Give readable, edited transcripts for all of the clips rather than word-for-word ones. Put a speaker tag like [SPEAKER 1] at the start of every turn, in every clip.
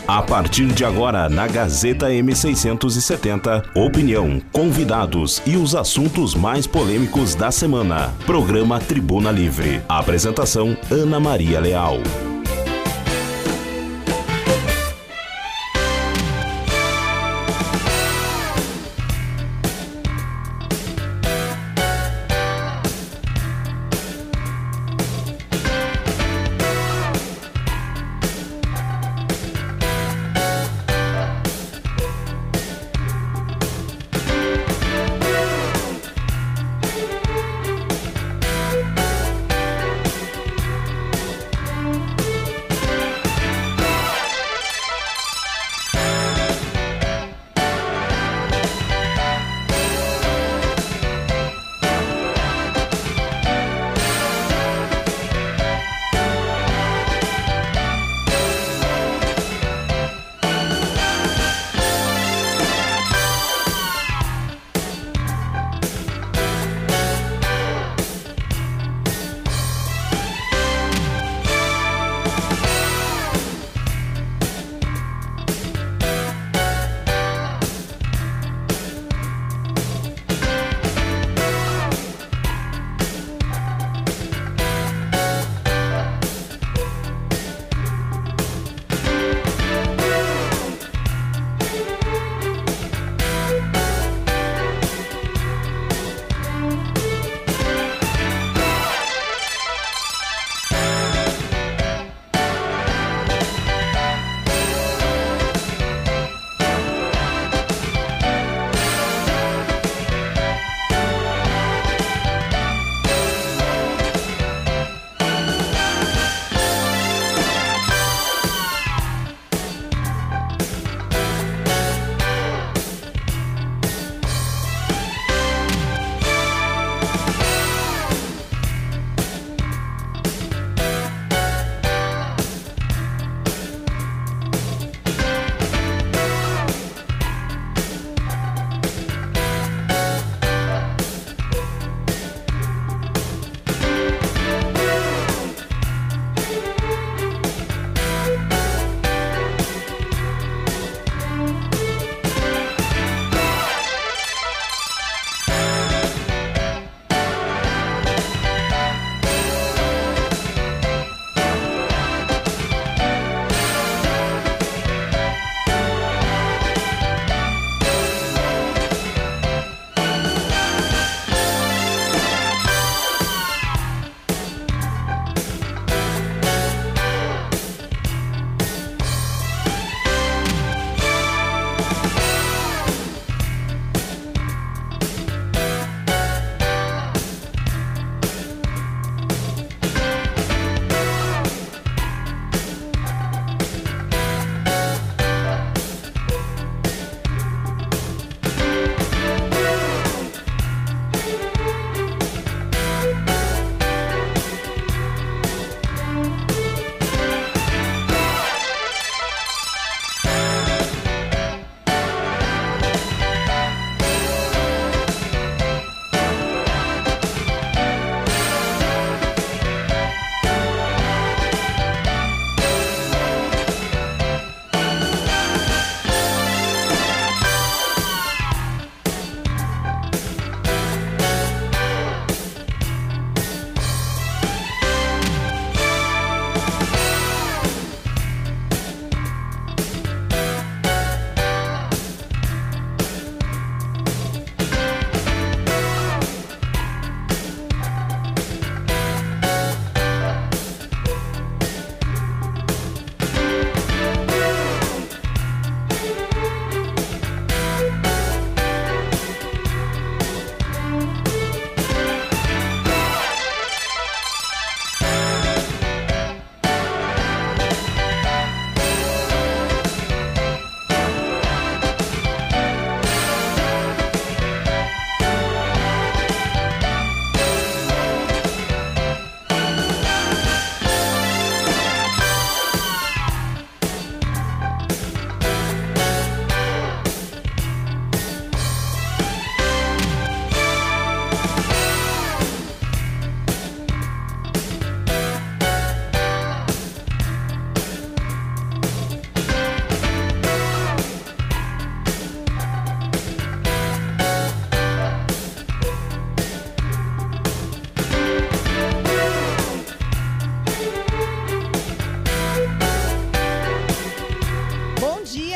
[SPEAKER 1] A partir de agora, na Gazeta M670, opinião, convidados e os assuntos mais polêmicos da semana. Programa Tribuna Livre. Apresentação, Ana Maria Leal.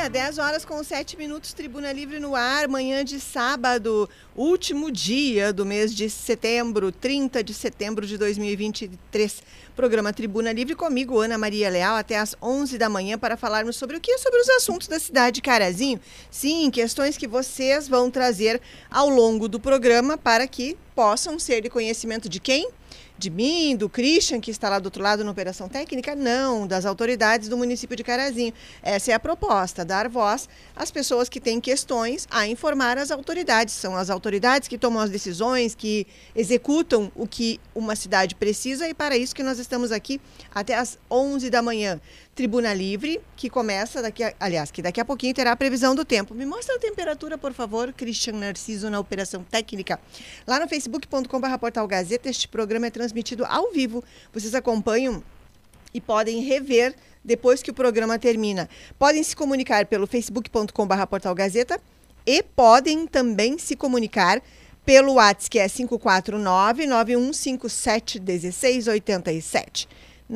[SPEAKER 2] 10 horas com 7 minutos, Tribuna Livre no ar, manhã de sábado, último dia do mês de setembro, 30 de setembro de 2023. Programa Tribuna Livre comigo, Ana Maria Leal, até às 11 da manhã para falarmos sobre o quê? Sobre os assuntos da cidade de Carazinho. Sim, questões que vocês vão trazer ao longo do programa para que possam ser de conhecimento de quem? De mim, do Christian, que está lá do outro lado na Operação Técnica? Não, das autoridades do município de Carazinho. Essa é a proposta, dar voz às pessoas que têm questões a informar as autoridades. São as autoridades que tomam as decisões, que executam o que uma cidade precisa e para isso que nós estamos aqui até às 11 da manhã. Tribuna Livre, que começa daqui a pouquinho terá a previsão do tempo. Me mostra a temperatura, por favor, Christian Narciso, na Operação Técnica. Lá no facebook.com/Portal Gazeta, este programa é transmitido ao vivo. Vocês acompanham e podem rever depois que o programa termina. Podem se comunicar pelo facebook.com/Portal Gazeta e podem também se comunicar pelo WhatsApp, que é 549-9157-1687.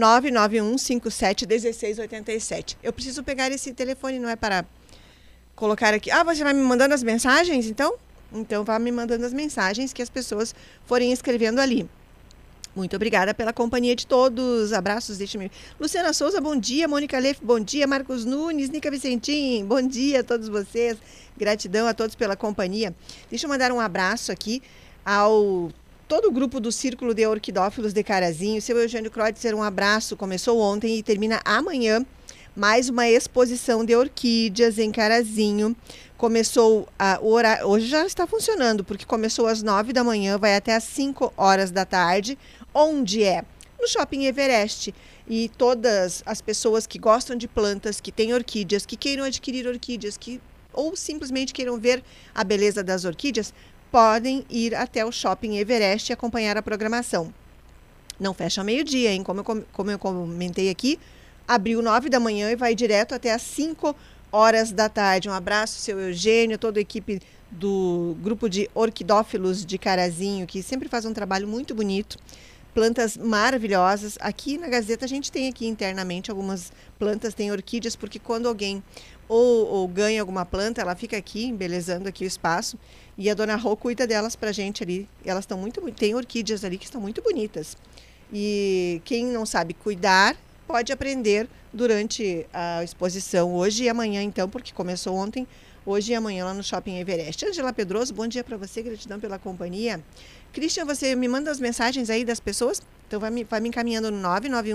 [SPEAKER 2] 991571687. Eu preciso pegar esse telefone, não é para colocar aqui. Ah, você vai me mandando as mensagens, então? Então vá me mandando as mensagens que as pessoas forem escrevendo ali. Muito obrigada pela companhia de todos. Abraços, deixa-me. Luciana Souza, bom dia. Mônica Leff, bom dia. Marcos Nunes, Nica Vicentim, bom dia a todos vocês. Gratidão a todos pela companhia. Deixa eu mandar um abraço aqui ao todo o grupo do Círculo de Orquidófilos de Carazinho. Seu Eugênio Kreutzer, um abraço. Começou ontem e termina amanhã mais uma exposição de orquídeas em Carazinho. Começou o horário, hoje já está funcionando, porque começou às 9 da manhã, vai até às 5 horas da tarde, onde é? No Shopping Everest. E todas as pessoas que gostam de plantas, que têm orquídeas, que queiram adquirir orquídeas, ou simplesmente queiram ver a beleza das orquídeas, podem ir até o Shopping Everest e acompanhar a programação. Não fecha ao meio-dia, hein? Como eu comentei aqui, abriu 9 da manhã e vai direto até às 5 horas da tarde. Um abraço, seu Eugênio, toda a equipe do grupo de orquidófilos de Carazinho, que sempre faz um trabalho muito bonito. Plantas maravilhosas. Aqui na Gazeta a gente tem aqui internamente algumas plantas, tem orquídeas, porque quando alguém ou ganha alguma planta, ela fica aqui, embelezando aqui o espaço, e a dona Rô cuida delas pra gente ali. Elas estão muito bonitas, tem orquídeas ali que estão muito bonitas. E quem não sabe cuidar, pode aprender durante a exposição hoje e amanhã, então, porque começou ontem, hoje e amanhã lá no Shopping Everest. Angela Pedroso, bom dia para você, gratidão pela companhia. Christian, você me manda as mensagens aí das pessoas? Então vai me encaminhando no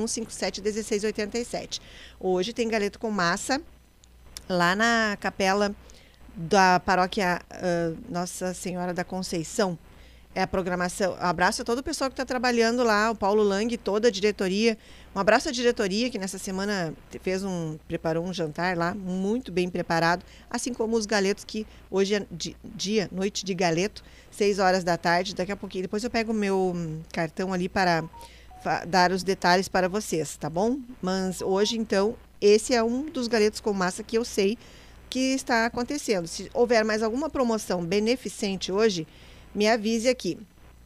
[SPEAKER 2] 991571687. Hoje tem galeto com massa lá na capela da paróquia Nossa Senhora da Conceição. É a programação. Um abraço a todo o pessoal que está trabalhando lá, o Paulo Lang, toda a diretoria. Um abraço à diretoria que nessa semana preparou um jantar lá, muito bem preparado, assim como os galetos que hoje é noite de galeto, 6 horas da tarde, daqui a pouquinho. Depois eu pego o meu cartão ali para dar os detalhes para vocês, tá bom? Mas hoje, então, esse é um dos galetos com massa que eu sei que está acontecendo. Se houver mais alguma promoção beneficente hoje, me avise aqui.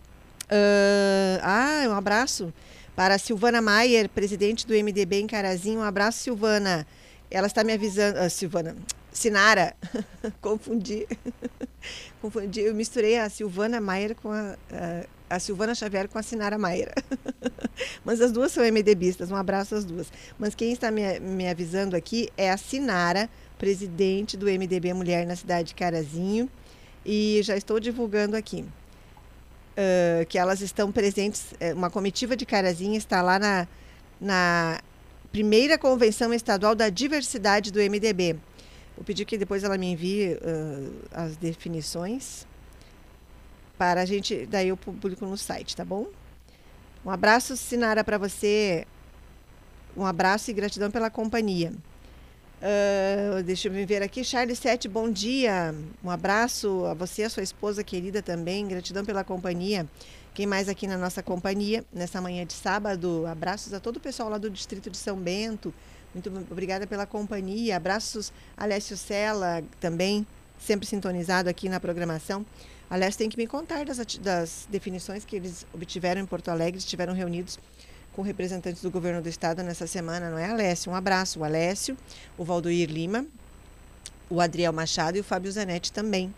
[SPEAKER 2] Um abraço para a Silvana Maier, presidente do MDB em Carazinho. Um abraço, Silvana. Ela está me avisando... Sinara. Confundi. Eu misturei a Silvana Maier com a Silvana Xavier com a Sinara Maier. Mas as duas são MDBistas. Um abraço às duas. Mas quem está me avisando aqui é a Sinara, presidente do MDB Mulher na cidade de Carazinho. E já estou divulgando aqui que elas estão presentes, uma comitiva de Carazinho está lá na primeira convenção estadual da diversidade do MDB. Vou pedir que depois ela me envie as definições para a gente, daí eu publico no site, tá bom? Um abraço, Sinara, para você. Um abraço e gratidão pela companhia. Deixa eu ver aqui, Charles 7, bom dia, um abraço a você, a sua esposa querida também, gratidão pela companhia. Quem mais aqui na nossa companhia, nessa manhã de sábado, abraços a todo o pessoal lá do Distrito de São Bento, muito obrigada pela companhia, abraços a Alessio Sela também, sempre sintonizado aqui na programação. Alessio tem que me contar das definições que eles obtiveram em Porto Alegre, estiveram reunidos com representantes do governo do estado nessa semana, não é, Alessio? Um abraço, o Alessio, o Valdoir Lima o Adriel Machado e o Fábio Zanetti também.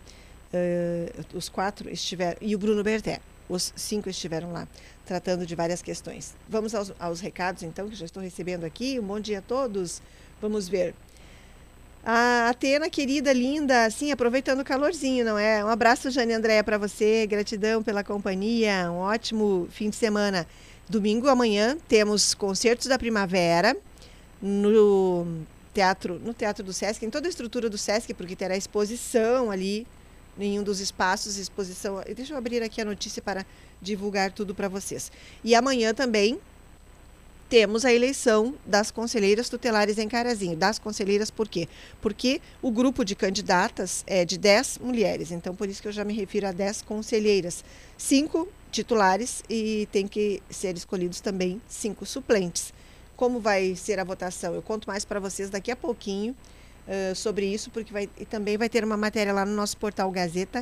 [SPEAKER 2] Os 4 estiveram, e o Bruno Berté. Os 5 estiveram lá, tratando de várias questões. Vamos aos recados, então, que já estou recebendo aqui. Um bom dia a todos. Vamos ver. A Atena, querida, linda, assim, aproveitando o calorzinho, não é? Um abraço, Jane e Andréia, para você. Gratidão pela companhia. Um ótimo fim de semana. Domingo, amanhã, temos concertos da primavera no teatro do Sesc, em toda a estrutura do Sesc, porque terá exposição ali, em um dos espaços, exposição. Deixa eu abrir aqui a notícia para divulgar tudo para vocês. E amanhã também temos a eleição das conselheiras tutelares em Carazinho. Das conselheiras por quê? Porque o grupo de candidatas é de 10 mulheres, então por isso que eu já me refiro a 10 conselheiras. 5 titulares e tem que ser escolhidos também 5 suplentes. Como vai ser a votação? Eu conto mais para vocês daqui a pouquinho sobre isso, porque também vai ter uma matéria lá no nosso portal Gazeta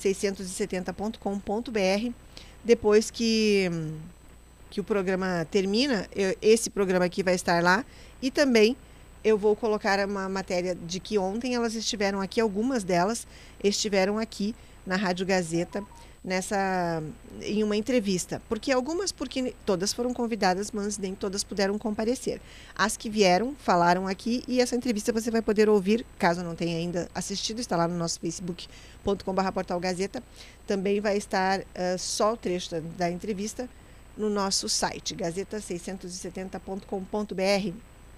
[SPEAKER 2] 670.com.br. Depois que o programa termina, esse programa aqui vai estar lá, e também eu vou colocar uma matéria de que ontem elas estiveram aqui, algumas delas estiveram aqui na Rádio Gazeta, em uma entrevista, porque todas foram convidadas, mas nem todas puderam comparecer. As que vieram, falaram aqui, e essa entrevista você vai poder ouvir, caso não tenha ainda assistido, está lá no nosso facebook.com/portalgazeta, também vai estar só o trecho da entrevista no nosso site, gazeta670.com.br.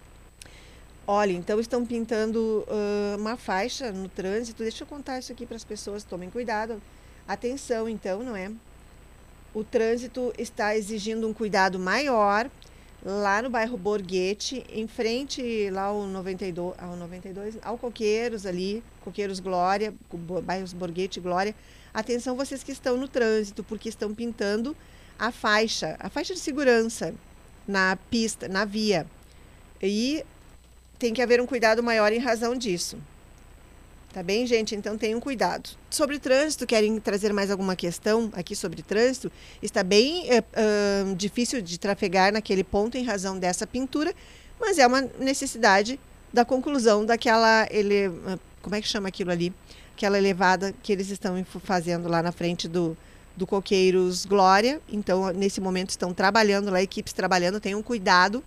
[SPEAKER 2] Olha, então estão pintando uma faixa no trânsito, deixa eu contar isso aqui para as pessoas, tomem cuidado. Atenção, então, não é? O trânsito está exigindo um cuidado maior lá no bairro Borghetti, em frente lá ao 92, ao Coqueiros ali, Coqueiros Glória, bairros Borghetti e Glória. Atenção vocês que estão no trânsito, porque estão pintando a faixa de segurança na pista, na via. E tem que haver um cuidado maior em razão disso. Tá bem, gente? Então tenham cuidado. Sobre trânsito, querem trazer mais alguma questão aqui sobre trânsito? Está bem difícil de trafegar naquele ponto em razão dessa pintura, mas é uma necessidade da conclusão daquela... como é que chama aquilo ali? Aquela elevada que eles estão fazendo lá na frente do Coqueiros Glória. Então, nesse momento, estão trabalhando lá, equipes trabalhando. Tenham cuidado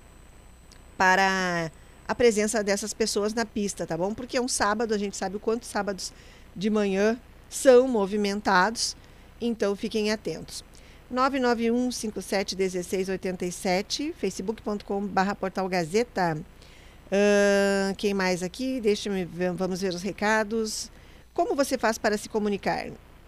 [SPEAKER 2] para a presença dessas pessoas na pista, tá bom? Porque é um sábado, a gente sabe o quanto sábados de manhã são movimentados, então fiquem atentos. 991-57-1687, facebook.com/portalgazeta. Quem mais aqui? Deixa-me ver, vamos ver os recados. Como você faz para se comunicar?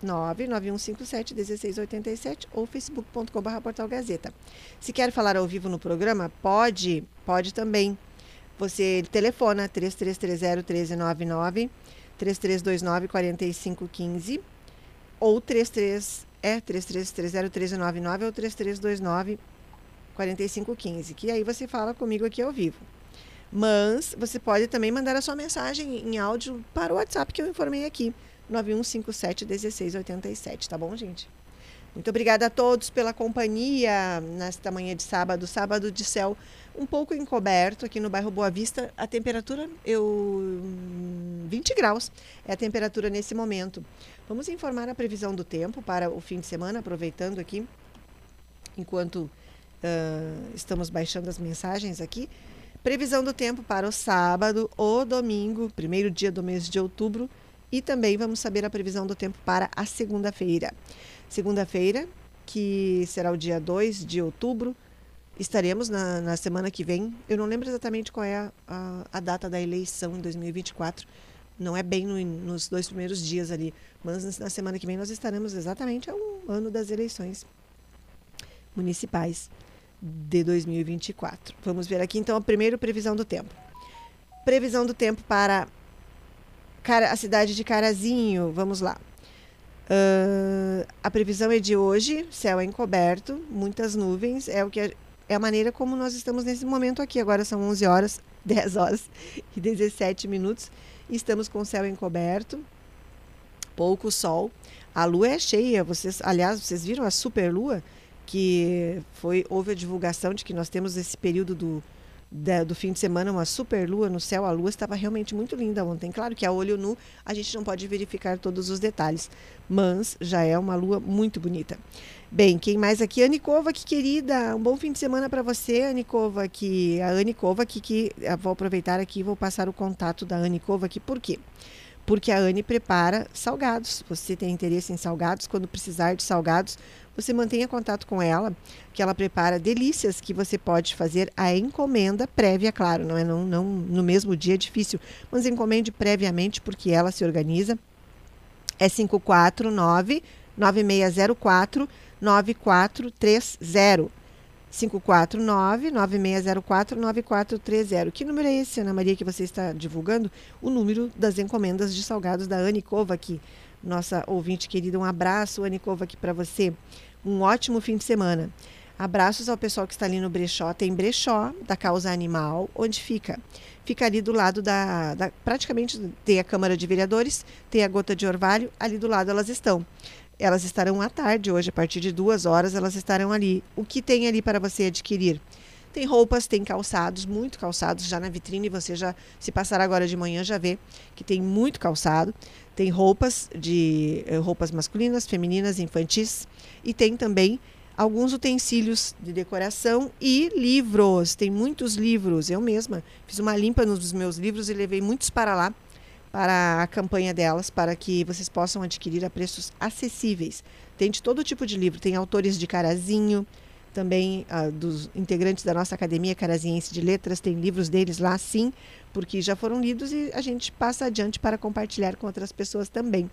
[SPEAKER 2] 99157-1687 ou facebook.com/portalgazeta. Se quer falar ao vivo no programa, pode também. Você telefona 3330-1399, 3329-4515 ou 3330-1399 ou 3329-4515, que aí você fala comigo aqui ao vivo. Mas você pode também mandar a sua mensagem em áudio para o WhatsApp que eu informei aqui, 9157-1687, tá bom, gente? Muito obrigada a todos pela companhia nesta manhã de sábado de céu um pouco encoberto aqui no bairro Boa Vista. A temperatura, 20 graus é a temperatura nesse momento. Vamos informar a previsão do tempo para o fim de semana, aproveitando aqui, enquanto estamos baixando as mensagens aqui. Previsão do tempo para o sábado, o domingo, primeiro dia do mês de outubro, e também vamos saber a previsão do tempo para a segunda-feira. Segunda-feira, que será o dia 2 de outubro, estaremos na semana que vem. Eu não lembro exatamente qual é a data da eleição em 2024. Não é bem nos 2 primeiros dias ali, mas na semana que vem nós estaremos exatamente a um ano das eleições municipais de 2024. Vamos ver aqui então a primeira previsão do tempo. Previsão do tempo para a cidade de Carazinho. Vamos lá. A previsão é de hoje, céu encoberto, muitas nuvens, é a maneira como nós estamos nesse momento aqui. Agora são 10 horas e 17 minutos, estamos com o céu encoberto, pouco sol, a lua é cheia. Vocês viram a superlua, que houve a divulgação de que nós temos esse período do fim de semana, uma super lua no céu. A lua estava realmente muito linda ontem. Claro que a olho nu a gente não pode verificar todos os detalhes, mas já é uma lua muito bonita. Bem, quem mais aqui? Anne Kovac, querida, um bom fim de semana para você, Anne Kovac. A Anne Kovac, que vou aproveitar aqui e vou passar o contato da Anne Kovac. Por quê? Porque a Anne prepara salgados. Você tem interesse em salgados? Quando precisar de salgados, você mantenha contato com ela, que ela prepara delícias que você pode fazer a encomenda prévia, claro, não é não no mesmo dia, é difícil, mas encomende previamente, porque ela se organiza. É 549-9604-9430. 549-9604-9430. Que número é esse, Ana Maria, que você está divulgando? O número das encomendas de salgados da Anne Kovac, nossa ouvinte querida. Um abraço, Anne Kovac, para você. Um ótimo fim de semana. Abraços ao pessoal que está ali no brechó. Tem brechó da Causa Animal. Onde fica? Fica ali do lado praticamente tem a Câmara de Vereadores, tem a Gota de Orvalho, ali do lado elas estão. Elas estarão à tarde, hoje, a partir de 2 horas, elas estarão ali. O que tem ali para você adquirir? Tem roupas, tem calçados, muito calçados, já na vitrine. Você já, se passar agora de manhã, já vê que tem muito calçado. Tem roupas masculinas, femininas, infantis. E tem também alguns utensílios de decoração e livros. Tem muitos livros. Eu mesma fiz uma limpa nos meus livros e levei muitos para lá, para a campanha delas, para que vocês possam adquirir a preços acessíveis. Tem de todo tipo de livro. Tem autores de Carazinho, também dos integrantes da nossa Academia Caraziense de Letras, tem livros deles lá, sim, porque já foram lidos e a gente passa adiante para compartilhar com outras pessoas também.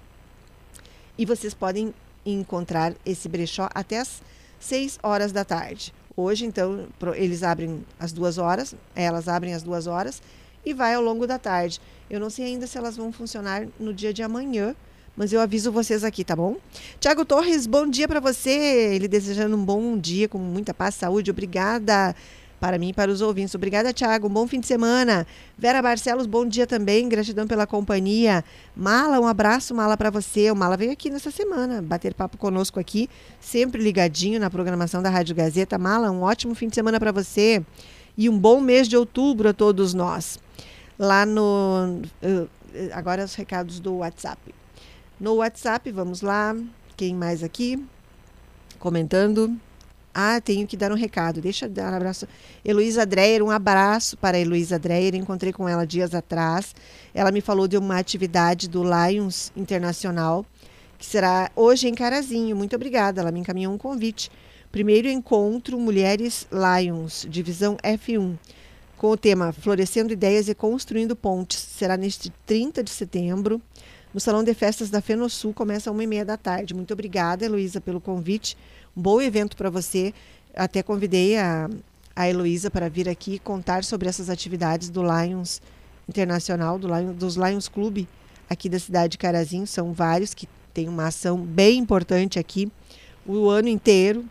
[SPEAKER 2] E vocês podem encontrar esse brechó até às 6 horas da tarde. Hoje, então, eles abrem às 2 horas, elas abrem às 2 horas e vai ao longo da tarde. Eu não sei ainda se elas vão funcionar no dia de amanhã, mas eu aviso vocês aqui, tá bom? Tiago Torres, bom dia para você. Ele desejando um bom dia com muita paz, saúde. Obrigada para mim e para os ouvintes. Obrigada, Tiago. Um bom fim de semana. Vera Barcelos, bom dia também. Gratidão pela companhia. Mala, um abraço, Mala, para você. O Mala veio aqui nessa semana bater papo conosco aqui, sempre ligadinho na programação da Rádio Gazeta. Mala, um ótimo fim de semana para você e um bom mês de outubro a todos nós. Lá no... agora os recados do WhatsApp. No WhatsApp, vamos lá. Quem mais aqui? Comentando. Tenho que dar um recado. Deixa eu dar um abraço. Heloísa Dreyer, um abraço para a Heloísa Dreyer. Encontrei com ela dias atrás. Ela me falou de uma atividade do Lions Internacional, que será hoje em Carazinho. Muito obrigada. Ela me encaminhou um convite. Primeiro encontro Mulheres Lions, divisão F1. Com o tema Florescendo Ideias e Construindo Pontes. Será neste 30 de setembro, no Salão de Festas da Fenosul, começa às 1h30 da tarde. Muito obrigada, Heloísa, pelo convite. Um bom evento para você. Até convidei a Heloísa para vir aqui contar sobre essas atividades do Lions Internacional, dos Lions Clube, aqui da cidade de Carazinho. São vários que têm uma ação bem importante aqui o ano inteiro.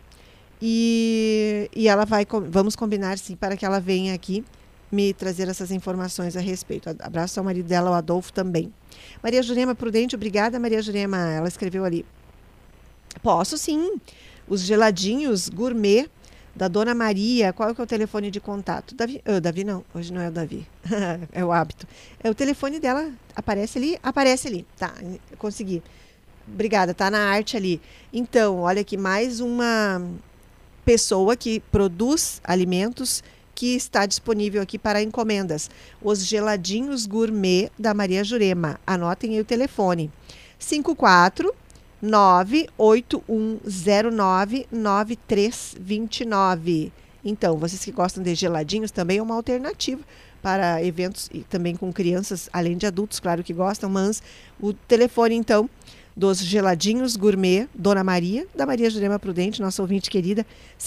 [SPEAKER 2] E ela vamos combinar, sim, para que ela venha aqui me trazer essas informações a respeito. Abraço ao marido dela, o Adolfo, também. Maria Jurema Prudente, obrigada, Maria Jurema. Ela escreveu ali. Posso, sim. Os geladinhos gourmet da Dona Maria. Qual é o telefone de contato? Davi? Davi não, hoje não é o Davi. É o hábito. O telefone dela aparece ali? Aparece ali. Tá, consegui. Obrigada, tá na arte ali. Então, olha aqui, mais uma pessoa que produz alimentos que está disponível aqui para encomendas. Os geladinhos gourmet da Maria Jurema. Anotem aí o telefone. 549-8109-9329. Então, vocês que gostam de geladinhos, também é uma alternativa para eventos e também com crianças, além de adultos, claro que gostam, mas o telefone, então, dos geladinhos gourmet, Dona Maria, da Maria Jurema Prudente, nossa ouvinte querida,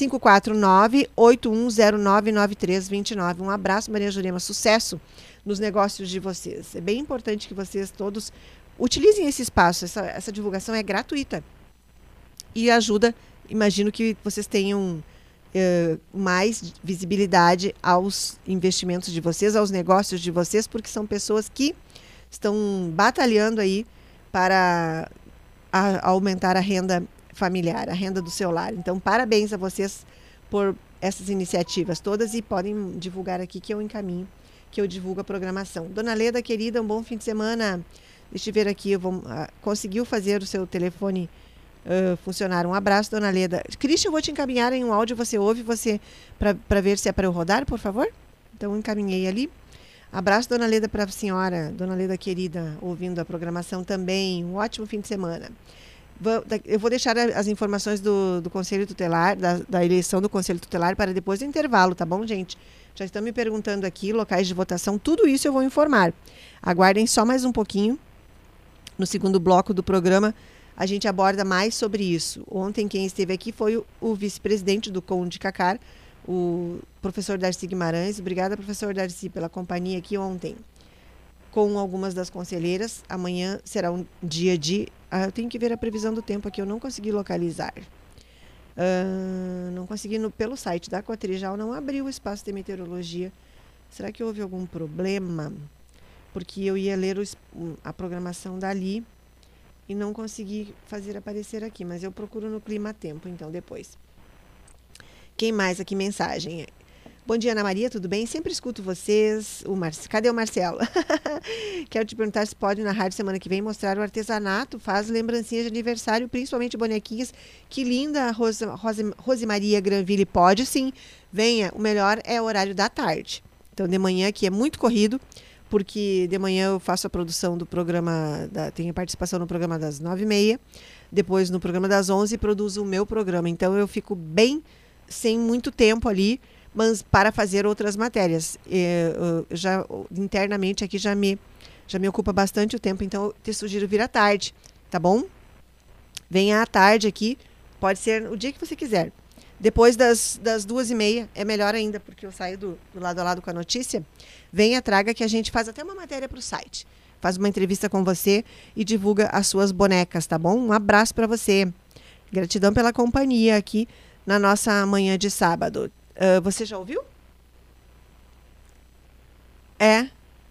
[SPEAKER 2] 549-8109-9329. Um abraço, Maria Jurema, sucesso nos negócios de vocês. É bem importante que vocês todos utilizem esse espaço, essa divulgação é gratuita e ajuda, imagino que vocês tenham mais visibilidade aos investimentos de vocês, aos negócios de vocês, porque são pessoas que estão batalhando aí para aumentar a renda familiar, a renda do seu lar. Então, parabéns a vocês por essas iniciativas todas e podem divulgar aqui que eu encaminho, que eu divulgo a programação. Dona Leda, querida, um bom fim de semana. Deixa eu ver aqui, conseguiu fazer o seu telefone funcionar. Um abraço, Dona Leda. Cristian, eu vou te encaminhar em um áudio, você ouve, para ver se é para eu rodar, por favor? Então, encaminhei ali. Abraço, Dona Leda, para a senhora. Dona Leda, querida, ouvindo a programação também. Um ótimo fim de semana. Eu vou deixar as informações do Conselho Tutelar, da eleição do Conselho Tutelar para depois do intervalo, tá bom, gente? Já estão me perguntando aqui, locais de votação, tudo isso eu vou informar. Aguardem só mais um pouquinho. No segundo bloco do programa, a gente aborda mais sobre isso. Ontem, quem esteve aqui foi o vice-presidente do Conde Cacar, o professor Darcy Guimarães. Obrigada, professor Darcy, pela companhia aqui ontem. Com algumas das conselheiras. Amanhã será um dia de... eu tenho que ver a previsão do tempo aqui, eu não consegui localizar. Não consegui pelo site da Cotrijal, não abriu o espaço de meteorologia. Será que houve algum problema? Porque eu ia ler a programação dali e não consegui fazer aparecer aqui, mas eu procuro no Clima Tempo, então, depois. Quem mais aqui? Mensagem. Bom dia, Ana Maria, tudo bem? Sempre escuto vocês. Cadê o Marcelo? Quero te perguntar se pode na rádio semana que vem mostrar o artesanato, faz lembrancinhas de aniversário, principalmente bonequinhas. Que linda, Rosemaria Granville. Pode sim, venha. O melhor é o horário da tarde. Então, de manhã, que é muito corrido, porque de manhã eu faço a produção do programa, tenho a participação no programa das 9h30, depois no programa das 11h produzo o meu programa. Então, eu fico bem sem muito tempo ali, mas para fazer outras matérias. Já internamente aqui já me ocupa bastante o tempo, então eu te sugiro vir à tarde, tá bom? Venha à tarde aqui, pode ser o dia que você quiser. Depois das 2h30 é melhor ainda, porque eu saio do lado a lado com a notícia. Venha, traga que a gente faz até uma matéria para o site. Faz uma entrevista com você e divulga as suas bonecas, tá bom? Um abraço para você. Gratidão pela companhia aqui na nossa manhã de sábado. Você já ouviu? Ai,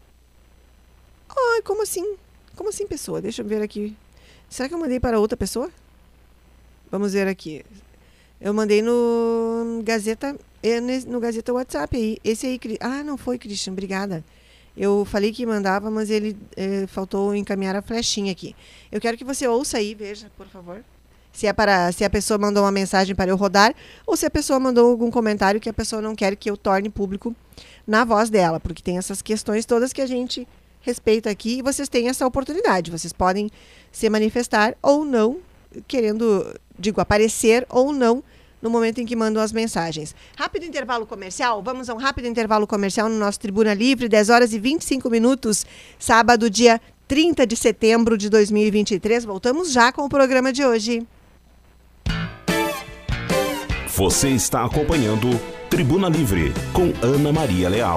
[SPEAKER 2] como assim? Como assim, pessoa? Deixa eu ver aqui. Será que eu mandei para outra pessoa? Vamos ver aqui. Eu mandei no Gazeta WhatsApp aí. Esse aí, não foi, Christian, obrigada. Eu falei que mandava, mas ele faltou encaminhar a flechinha aqui. Eu quero que você ouça aí, veja, por favor. Se a pessoa mandou uma mensagem para eu rodar, ou se a pessoa mandou algum comentário que a pessoa não quer que eu torne público na voz dela, porque tem essas questões todas que a gente respeita aqui e vocês têm essa oportunidade. Vocês podem se manifestar ou não, aparecer ou não no momento em que mandam as mensagens. Rápido intervalo comercial, vamos a um rápido intervalo comercial no nosso Tribuna Livre, 10h25, sábado, dia 30 de setembro de 2023. Voltamos já com o programa de hoje.
[SPEAKER 1] Você está acompanhando Tribuna Livre com Ana Maria Leal.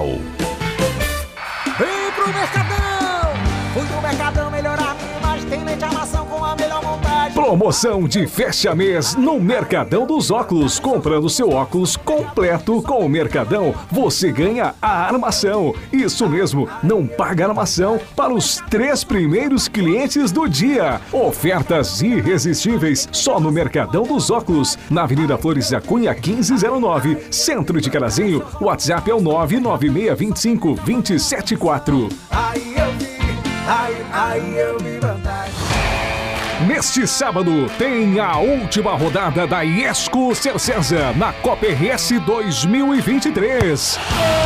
[SPEAKER 3] Vem pro Mercadão! Fui pro Mercadão melhorar minha imagem, tem leite armação com a melhor montagem.
[SPEAKER 4] Promoção de fecha-mês no Mercadão dos Óculos. Comprando seu óculos completo com o Mercadão, você ganha a armação. Isso mesmo, não paga armação para os 3 primeiros clientes do dia. Ofertas irresistíveis só no Mercadão dos Óculos, na Avenida Flores da Cunha 1509, Centro de Carazinho. O WhatsApp é o 99625-274.
[SPEAKER 3] Aí eu vi vantagem.
[SPEAKER 4] Neste sábado tem a última rodada da Iesco Cercesa na Copa RS 2023.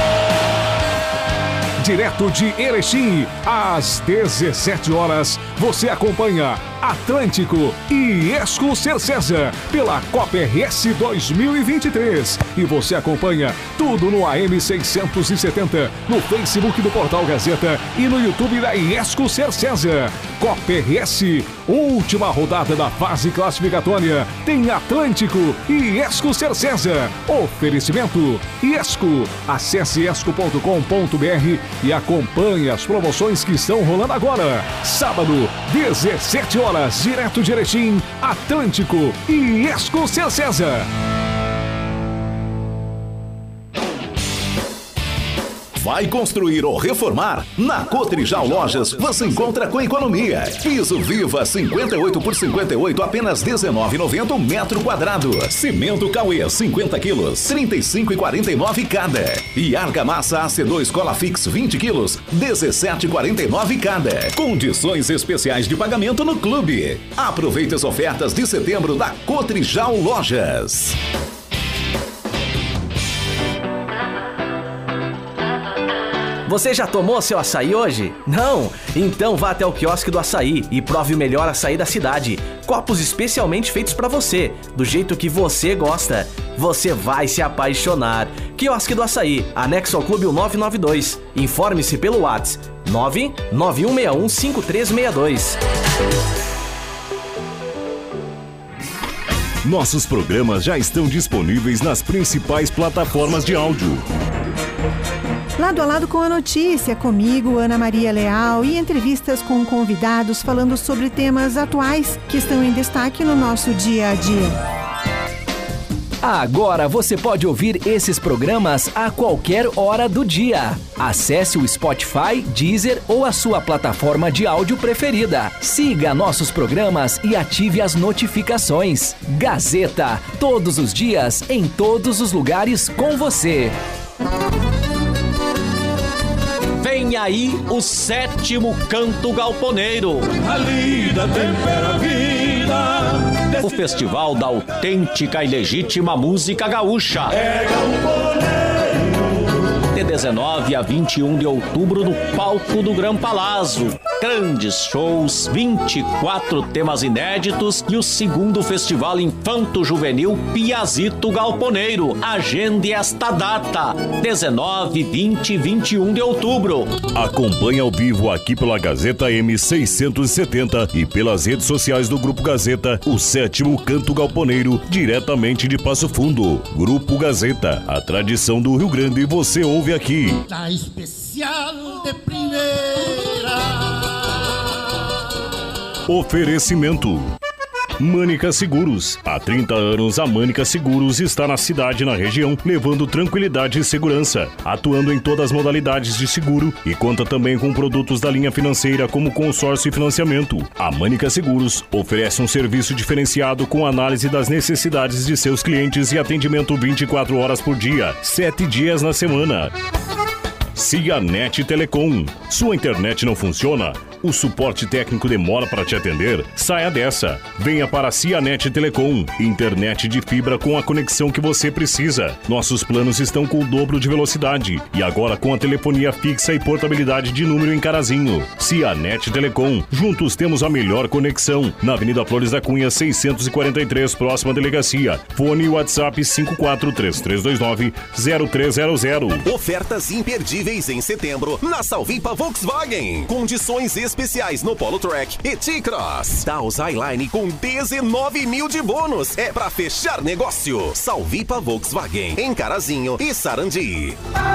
[SPEAKER 4] Direto de Erechim, às 17 horas, você acompanha Atlântico e Iesco Cercesa pela Copa RS 2023. E você acompanha tudo no AM 670, no Facebook do Portal Gazeta e no YouTube da Iesco Cercesa. Copa RS, última rodada da fase classificatória, tem Atlântico e Iesco Cercesa. Oferecimento Iesco. Acesse iesco.com.br e acompanhe as promoções que estão rolando agora. Sábado, 17 horas, direto de Erechim, Atlântico e Iesco Cercesa.
[SPEAKER 1] Vai construir ou reformar? Na Cotrijal Lojas você encontra com economia. Piso Viva 58 por 58, apenas R$19,90 metro quadrado. Cimento Cauê 50 quilos, R$35,49 cada. E argamassa AC2 Cola Fix 20 quilos, R$17,49 cada. Condições especiais de pagamento no clube. Aproveite as ofertas de setembro da Cotrijal Lojas.
[SPEAKER 5] Você já tomou seu açaí hoje? Não? Então vá até o quiosque do açaí e prove o melhor açaí da cidade. Copos especialmente feitos para você, do jeito que você gosta. Você vai se apaixonar. Quiosque do Açaí, anexo ao Clube 992. Informe-se pelo WhatsApp 991615362.
[SPEAKER 1] Nossos programas já estão disponíveis nas principais plataformas de áudio.
[SPEAKER 2] Lado a lado com a notícia, comigo, Ana Maria Leal, e entrevistas com convidados falando sobre temas atuais que estão em destaque no nosso dia a dia.
[SPEAKER 6] Agora você pode ouvir esses programas a qualquer hora do dia. Acesse o Spotify, Deezer ou a sua plataforma de áudio preferida. Siga nossos programas e ative as notificações. Gazeta, todos os dias, em todos os lugares com você.
[SPEAKER 7] Vem aí o 7º Canto Galponeiro.
[SPEAKER 8] A lida tempera a vida.
[SPEAKER 7] O festival da autêntica e legítima música gaúcha.
[SPEAKER 8] É galponeiro.
[SPEAKER 7] De 19 a 21 de outubro no palco do Gran Palazzo. Grandes shows, 24 temas inéditos e o 2º Festival Infanto-Juvenil Piazito Galponeiro. Agende esta data, 19, 20 e 21 de outubro.
[SPEAKER 1] Acompanhe ao vivo aqui pela Gazeta M670 e pelas redes sociais do Grupo Gazeta, o 7º Canto Galponeiro, diretamente de Passo Fundo. Grupo Gazeta, a tradição do Rio Grande, você ouve aqui.
[SPEAKER 8] Tá especial de primeira.
[SPEAKER 1] Oferecimento Mânica Seguros. Há 30 anos, a Mânica Seguros está na cidade e na região, levando tranquilidade e segurança, atuando em todas as modalidades de seguro e conta também com produtos da linha financeira como consórcio e financiamento. A Mânica Seguros oferece um serviço diferenciado com análise das necessidades de seus clientes e atendimento 24 horas por dia, 7 dias na semana. Cianet Telecom. Sua internet não funciona? O suporte técnico demora para te atender? Saia dessa. Venha para a Cianet Telecom. Internet de fibra com a conexão que você precisa. Nossos planos estão com o dobro de velocidade. E agora com a telefonia fixa e portabilidade de número em Carazinho. Cianet Telecom. Juntos temos a melhor conexão. Na Avenida Flores da Cunha, 643, próxima delegacia. Fone e WhatsApp 5433290300.
[SPEAKER 9] Ofertas imperdíveis em setembro na Salvipa Volkswagen. Condições especiais no Polo Track e T-Cross. Taos Highline com 19 mil de bônus. É pra fechar negócio. Salvipa Volkswagen em Carazinho e Sarandi.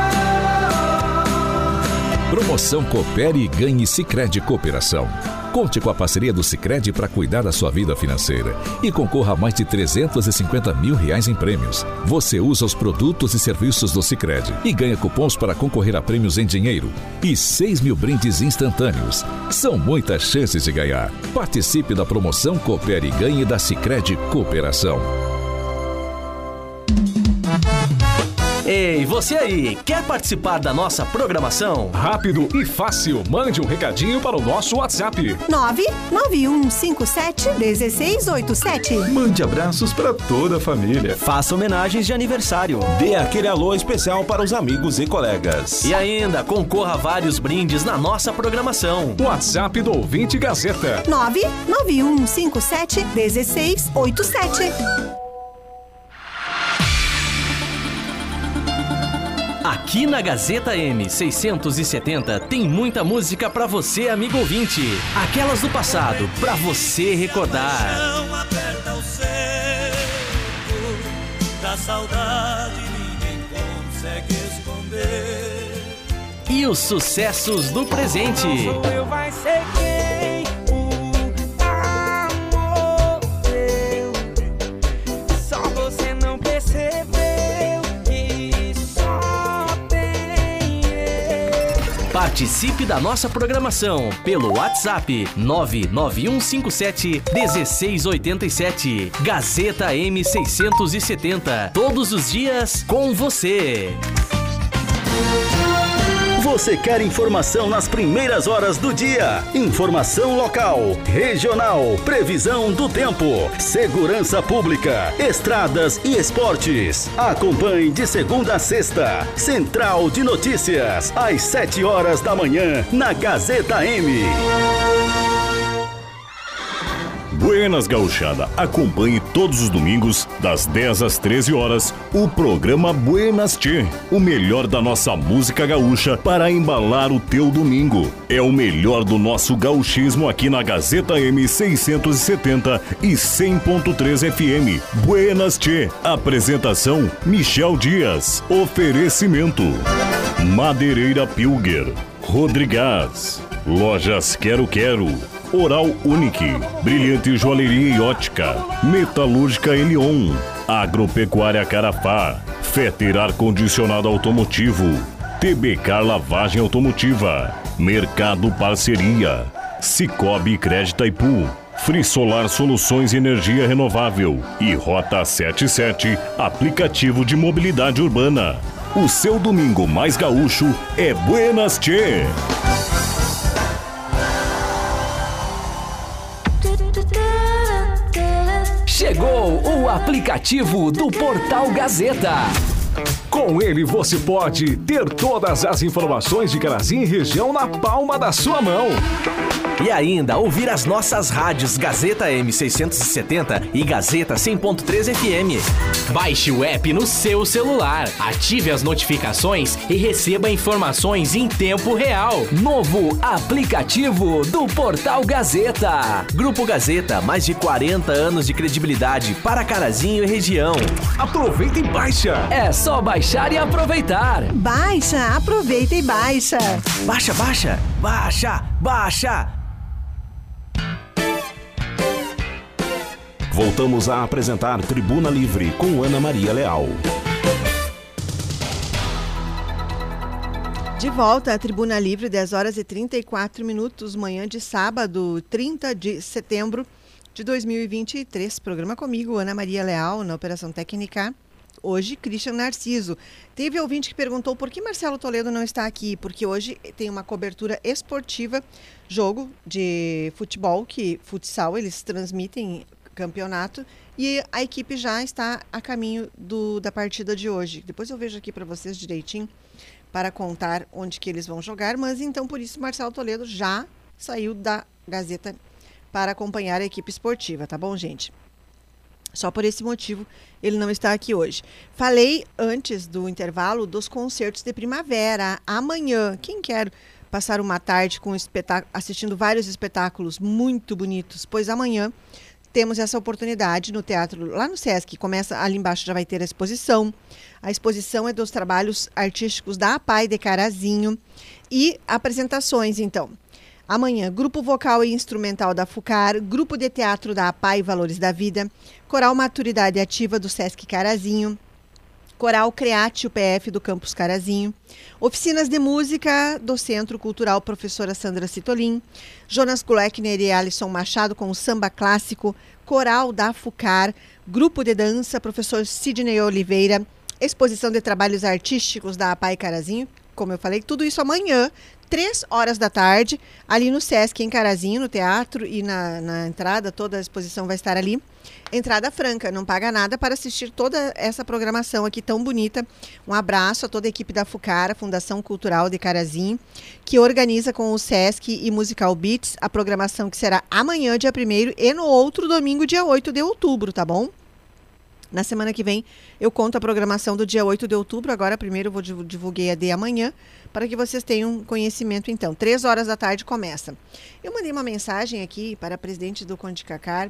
[SPEAKER 10] Promoção Coopere e Ganhe Sicredi Cooperação. Conte com a parceria do Sicredi para cuidar da sua vida financeira e concorra a mais de R$350 mil em prêmios. Você usa os produtos e serviços do Sicredi e ganha cupons para concorrer a prêmios em dinheiro e 6 mil brindes instantâneos. São muitas chances de ganhar. Participe da promoção Coopere e Ganhe da Sicredi Cooperação.
[SPEAKER 5] Ei, você aí, quer participar da nossa programação?
[SPEAKER 4] Rápido e fácil, mande um recadinho para o nosso WhatsApp
[SPEAKER 2] 991571687.
[SPEAKER 11] Mande abraços para toda a família.
[SPEAKER 5] Faça homenagens de aniversário.
[SPEAKER 1] Dê aquele alô especial para os amigos e colegas.
[SPEAKER 5] E ainda, concorra a vários brindes na nossa programação.
[SPEAKER 4] WhatsApp do Ouvinte Gazeta
[SPEAKER 2] 991571687.
[SPEAKER 5] Aqui na Gazeta M670 tem muita música pra você, amigo ouvinte. Aquelas do passado, pra você recordar.
[SPEAKER 8] Aperta o cerco da saudade, ninguém consegue esconder.
[SPEAKER 5] E os sucessos do presente.
[SPEAKER 8] Eu vai ser quem o amor deu. Só você não percebeu.
[SPEAKER 5] Participe da nossa programação pelo WhatsApp 99157-1687. Gazeta M670. Todos os dias com você.
[SPEAKER 12] Você quer informação nas primeiras horas do dia? Informação local, regional, previsão do tempo, segurança pública, estradas e esportes. Acompanhe de segunda a sexta. Central de Notícias, às 7 horas da manhã, na Gazeta M.
[SPEAKER 1] Buenas Gauchada, acompanhe todos os domingos, das 10 às 13 horas, o programa Buenas Tchê, o melhor da nossa música gaúcha para embalar o teu domingo. É o melhor do nosso gauchismo aqui na Gazeta M670 e 100.3 FM. Buenas Tchê, apresentação Michel Dias, oferecimento Madeireira Pilger, Rodrigás, Lojas Quero Quero, Oral Unique, Brilhante Joalheria e Ótica, Metalúrgica Elion, Agropecuária Carafá, Fetter Ar-Condicionado Automotivo, TBK Lavagem Automotiva, Mercado Parceria, Cicobi Crédito Ipu, Frisolar Soluções e Energia Renovável e Rota 77, aplicativo de mobilidade urbana. O seu domingo mais gaúcho é Buenas Tchê!
[SPEAKER 6] Chegou o aplicativo do Portal Gazeta.
[SPEAKER 4] Com ele você pode ter todas as informações de Carazinho e região na palma da sua mão.
[SPEAKER 5] E ainda ouvir as nossas rádios Gazeta M670 e Gazeta 100.3 FM. Baixe o app no seu celular, ative as notificações e receba informações em tempo real.
[SPEAKER 6] Novo aplicativo do Portal Gazeta.
[SPEAKER 5] Grupo Gazeta, mais de 40 anos de credibilidade para Carazinho e região.
[SPEAKER 4] Aproveita e baixa.
[SPEAKER 6] É só baixar e aproveitar.
[SPEAKER 2] Baixa, aproveita e baixa.
[SPEAKER 5] Baixa, baixa, baixa, baixa.
[SPEAKER 1] Voltamos a apresentar Tribuna Livre com Ana Maria Leal.
[SPEAKER 2] De volta à Tribuna Livre, 10 horas e 34 minutos, manhã de sábado, 30 de setembro de 2023. Programa comigo, Ana Maria Leal, na Operação Técnica. Hoje, Christian Narciso. Teve ouvinte que perguntou por que Marcelo Toledo não está aqui, porque hoje tem uma cobertura esportiva, jogo de futsal, eles transmitem campeonato e a equipe já está a caminho da partida de hoje. Depois eu vejo aqui para vocês direitinho para contar onde que eles vão jogar, mas então por isso Marcelo Toledo já saiu da Gazeta para acompanhar a equipe esportiva, tá bom, gente? Só por esse motivo ele não está aqui hoje. Falei antes do intervalo dos concertos de primavera. Amanhã, quem quer passar uma tarde com assistindo vários espetáculos muito bonitos, pois amanhã temos essa oportunidade no teatro, lá no Sesc, começa ali embaixo, já vai ter a exposição. A exposição é dos trabalhos artísticos da APAI de Carazinho e apresentações, então. Amanhã, grupo vocal e instrumental da FUCAR, grupo de teatro da APAI Valores da Vida, coral Maturidade Ativa do Sesc Carazinho, coral Create UPF do Campus Carazinho, oficinas de música do Centro Cultural Professora Sandra Citolin, Jonas Gleckner e Alisson Machado com o samba clássico, coral da FUCAR, grupo de dança Professor Sidney Oliveira, exposição de trabalhos artísticos da APAI Carazinho, como eu falei, tudo isso amanhã, 3 horas da tarde, ali no Sesc, em Carazinho, no teatro e na entrada, toda a exposição vai estar ali. Entrada franca, não paga nada para assistir toda essa programação aqui tão bonita. Um abraço a toda a equipe da FUCAR, a Fundação Cultural de Carazinho, que organiza com o Sesc e Musical Beats a programação que será amanhã, dia 1º, e no outro domingo, dia 8 de outubro, tá bom? Na semana que vem eu conto a programação do dia 8 de outubro, agora primeiro eu vou divulguei a de amanhã, para que vocês tenham conhecimento então. 3 horas da tarde começa. Eu mandei uma mensagem aqui para a presidente do Condicacar,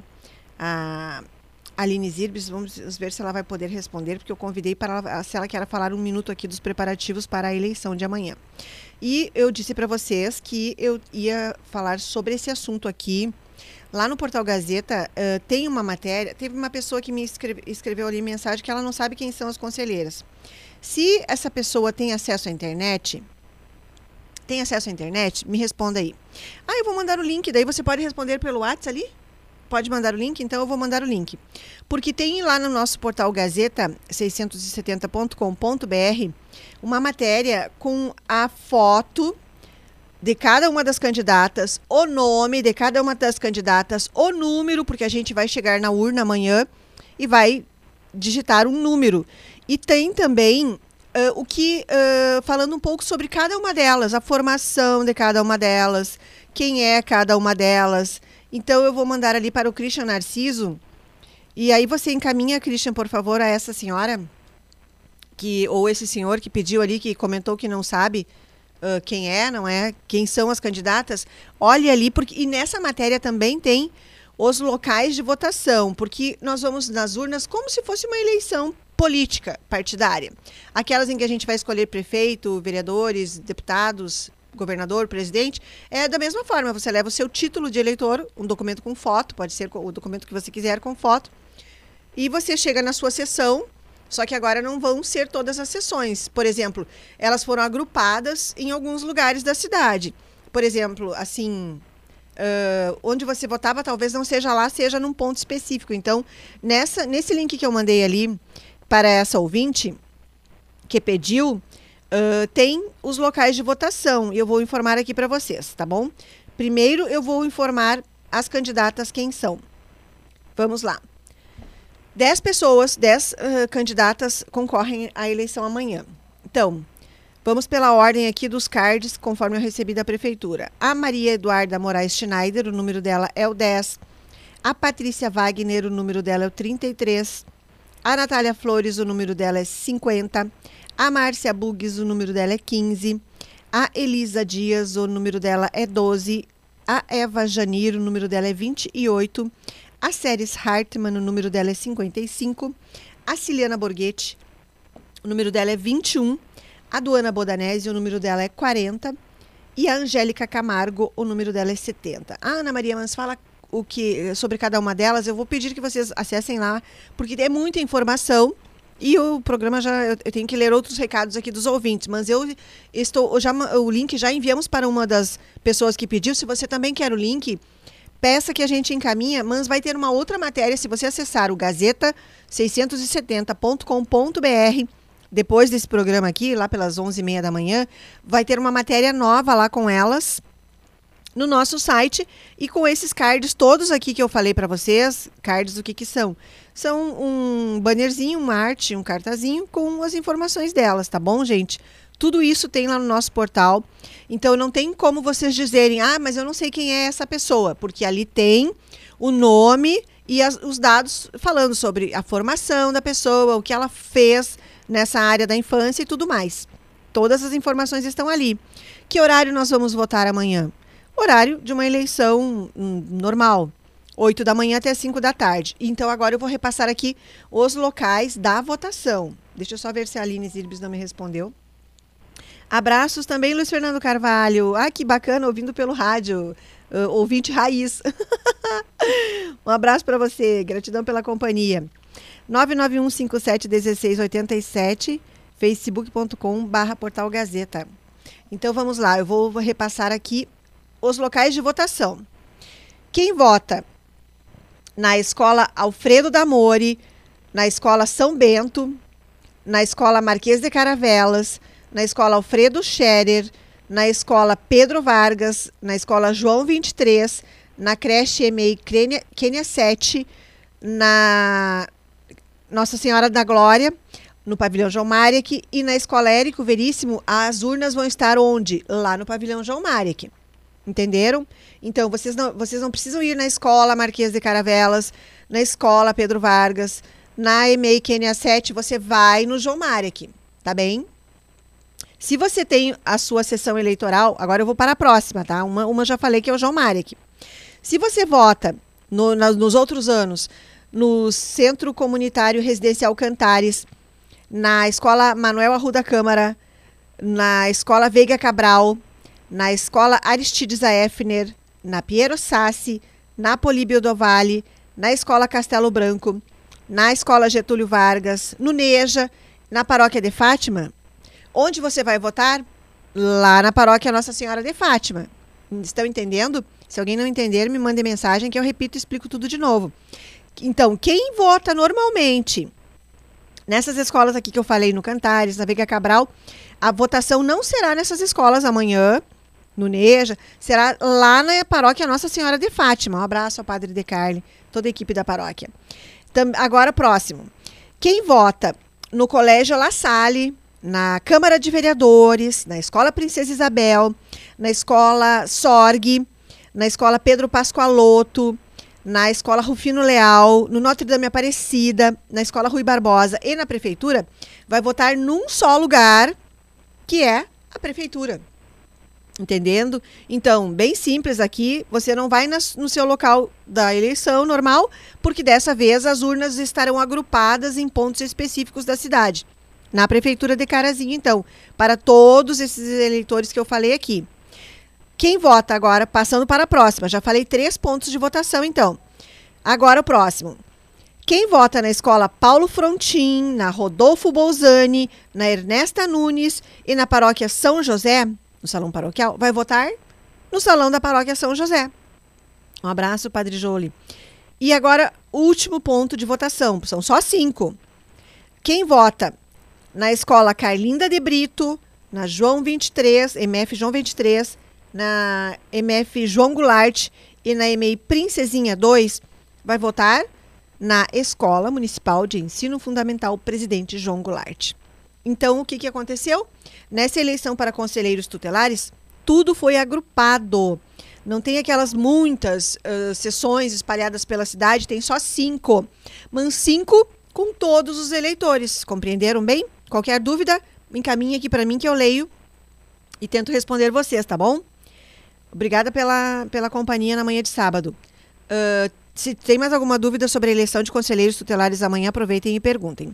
[SPEAKER 2] a Aline Zirbis, vamos ver se ela vai poder responder, porque eu convidei para ela, se ela quer falar um minuto aqui dos preparativos para a eleição de amanhã. E eu disse para vocês que eu ia falar sobre esse assunto aqui. Lá no Portal Gazeta tem uma matéria, teve uma pessoa que me escreveu ali mensagem que ela não sabe quem são as conselheiras. Se essa pessoa tem acesso à internet, Tem acesso à internet? Me responda aí. Eu vou mandar o link, daí você pode responder pelo WhatsApp ali? Pode mandar o link? Então eu vou mandar o link. Porque tem lá no nosso portal Gazeta 670.com.br uma matéria com a foto de cada uma das candidatas, o nome de cada uma das candidatas, o número, porque a gente vai chegar na urna amanhã e vai digitar um número. E tem também falando um pouco sobre cada uma delas, a formação de cada uma delas, quem é cada uma delas. Então eu vou mandar ali para o Christian Narciso. E aí você encaminha, Christian, por favor, a essa senhora, ou esse senhor que pediu ali, que comentou que não sabe quem é, não é? Quem são as candidatas? Olhe ali, e nessa matéria também tem os locais de votação, porque nós vamos nas urnas como se fosse uma eleição política partidária. Aquelas em que a gente vai escolher prefeito, vereadores, deputados, governador, presidente, é da mesma forma. Você leva o seu título de eleitor, um documento com foto, pode ser o documento que você quiser com foto, e você chega na sua sessão. Só que agora não vão ser todas as sessões. Por exemplo, elas foram agrupadas em alguns lugares da cidade. Por exemplo, assim, onde você votava talvez não seja lá, seja num ponto específico. Então, nesse link que eu mandei ali para essa ouvinte que pediu, tem os locais de votação. E eu vou informar aqui para vocês, tá bom? Primeiro eu vou informar as candidatas quem são. Vamos lá. 10 candidatas concorrem à eleição amanhã. Então, vamos pela ordem aqui dos cards, conforme eu recebi da prefeitura. A Maria Eduarda Moraes Schneider, o número dela é o 10. A Patrícia Wagner, o número dela é o 33. A Natália Flores, o número dela é 50. A Márcia Bugues, o número dela é 15. A Elisa Dias, o número dela é 12. A Eva Janir, o número dela é 28. A Ceres Hartmann, o número dela é 55. A Ciliana Borghetti, o número dela é 21. A Duana Bodanese, o número dela é 40. E a Angélica Camargo, o número dela é 70. A Ana Maria Mans fala sobre cada uma delas. Eu vou pedir que vocês acessem lá, porque é muita informação. E o programa eu tenho que ler outros recados aqui dos ouvintes, mas o link já enviamos para uma das pessoas que pediu. Se você também quer o link, peça que a gente encaminha, mas vai ter uma outra matéria. Se você acessar o Gazeta670.com.br, depois desse programa aqui, lá pelas 11h30 da manhã, vai ter uma matéria nova lá com elas no nosso site e com esses cards todos aqui que eu falei para vocês. Cards, o que são? São um bannerzinho, uma arte, um cartazinho com as informações delas, tá bom, gente? Tudo isso tem lá no nosso portal. Então não tem como vocês dizerem, mas eu não sei quem é essa pessoa, porque ali tem o nome e os dados falando sobre a formação da pessoa, o que ela fez nessa área da infância e tudo mais. Todas as informações estão ali. Que horário nós vamos votar amanhã? Horário de uma eleição normal, 8 da manhã até 5 da tarde. Então agora eu vou repassar aqui os locais da votação. Deixa eu só ver se a Aline Zirbis não me respondeu. Abraços também, Luiz Fernando Carvalho. Que bacana, ouvindo pelo rádio. Ouvinte raiz. Um abraço para você, gratidão pela companhia. 991571687, facebook.com/Portal Gazeta. Então vamos lá, eu vou repassar aqui os locais de votação. Quem vota na Escola Alfredo D'Amore, na Escola São Bento, na Escola Marquês de Caravelas, na Escola Alfredo Scherer, na Escola Pedro Vargas, na Escola João 23, na creche EMEI Quênia 7, na Nossa Senhora da Glória, no Pavilhão João Marek, e na Escola Érico Veríssimo, as urnas vão estar onde? Lá no Pavilhão João Marek. Entenderam? Então, vocês não precisam ir na Escola Marquês de Caravelas, na Escola Pedro Vargas, na EMEI Quênia 7, você vai no João Marek, tá bem? Se você tem a sua sessão eleitoral, agora eu vou para a próxima, tá? Uma já falei que é o João Marek. Se você vota nos outros anos no Centro Comunitário Residencial Cantares, na Escola Manuel Arruda Câmara, na Escola Veiga Cabral, na Escola Aristides Aefner, na Piero Sassi, na Políbio do Vale, na Escola Castelo Branco, na Escola Getúlio Vargas, no Neja, na Paróquia de Fátima, onde você vai votar? lá na paróquia Nossa Senhora de Fátima. Estão entendendo? Se alguém não entender, me mande mensagem que eu repito e explico tudo de novo. Então, quem vota normalmente nessas escolas aqui que eu falei, no Cantares, na Veiga Cabral, a votação não será nessas escolas amanhã, no Neja, será lá na paróquia Nossa Senhora de Fátima. Um abraço ao Padre De Carli, toda a equipe da paróquia. Agora, próximo. Quem vota no Colégio La Salle, na Câmara de Vereadores, na Escola Princesa Isabel, na Escola Sorgue, na Escola Pedro Pascoaloto, na Escola Rufino Leal, no Notre Dame Aparecida, na Escola Rui Barbosa e na Prefeitura, vai votar num só lugar, que é a Prefeitura. Entendendo? Então, bem simples aqui, você não vai no seu local da eleição normal, porque dessa vez as urnas estarão agrupadas em pontos específicos da cidade. Na Prefeitura de Carazinho, então, para todos esses eleitores que eu falei aqui. Quem vota agora, passando para a próxima, já falei 3 pontos de votação, então. Agora o próximo. Quem vota na Escola Paulo Frontin, na Rodolfo Bolzani, na Ernesta Nunes e na Paróquia São José, no Salão Paroquial, vai votar no Salão da Paróquia São José. Um abraço, Padre Jolie. E agora, último ponto de votação, são só 5. Quem vota na Escola Carlinda de Brito, na João 23, MF João 23, na MF João Goulart e na EMEI Princesinha 2, vai votar na Escola Municipal de Ensino Fundamental Presidente João Goulart. Então, o que aconteceu? Nessa eleição para conselheiros tutelares, tudo foi agrupado. Não tem aquelas muitas sessões espalhadas pela cidade, tem só 5. Mas 5 com todos os eleitores. Compreenderam bem? Qualquer dúvida, encaminhe aqui para mim que eu leio e tento responder vocês, tá bom? Obrigada pela companhia na manhã de sábado. Se tem mais alguma dúvida sobre a eleição de conselheiros tutelares amanhã, aproveitem e perguntem.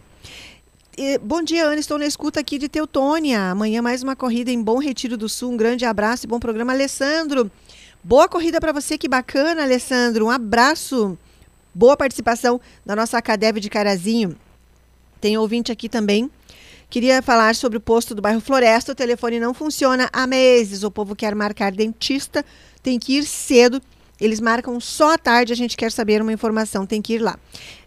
[SPEAKER 2] Bom dia, Ana, estou na escuta aqui de Teutônia. Amanhã mais uma corrida em Bom Retiro do Sul. Um grande abraço e bom programa, Alessandro. Boa corrida para você, que bacana, Alessandro. Um abraço. Boa participação da nossa Acadev de Carazinho. Tem ouvinte aqui também. Queria falar sobre o posto do bairro Floresta. O telefone não funciona há meses. O povo quer marcar dentista, tem que ir cedo. Eles marcam só à tarde, a gente quer saber uma informação, tem que ir lá.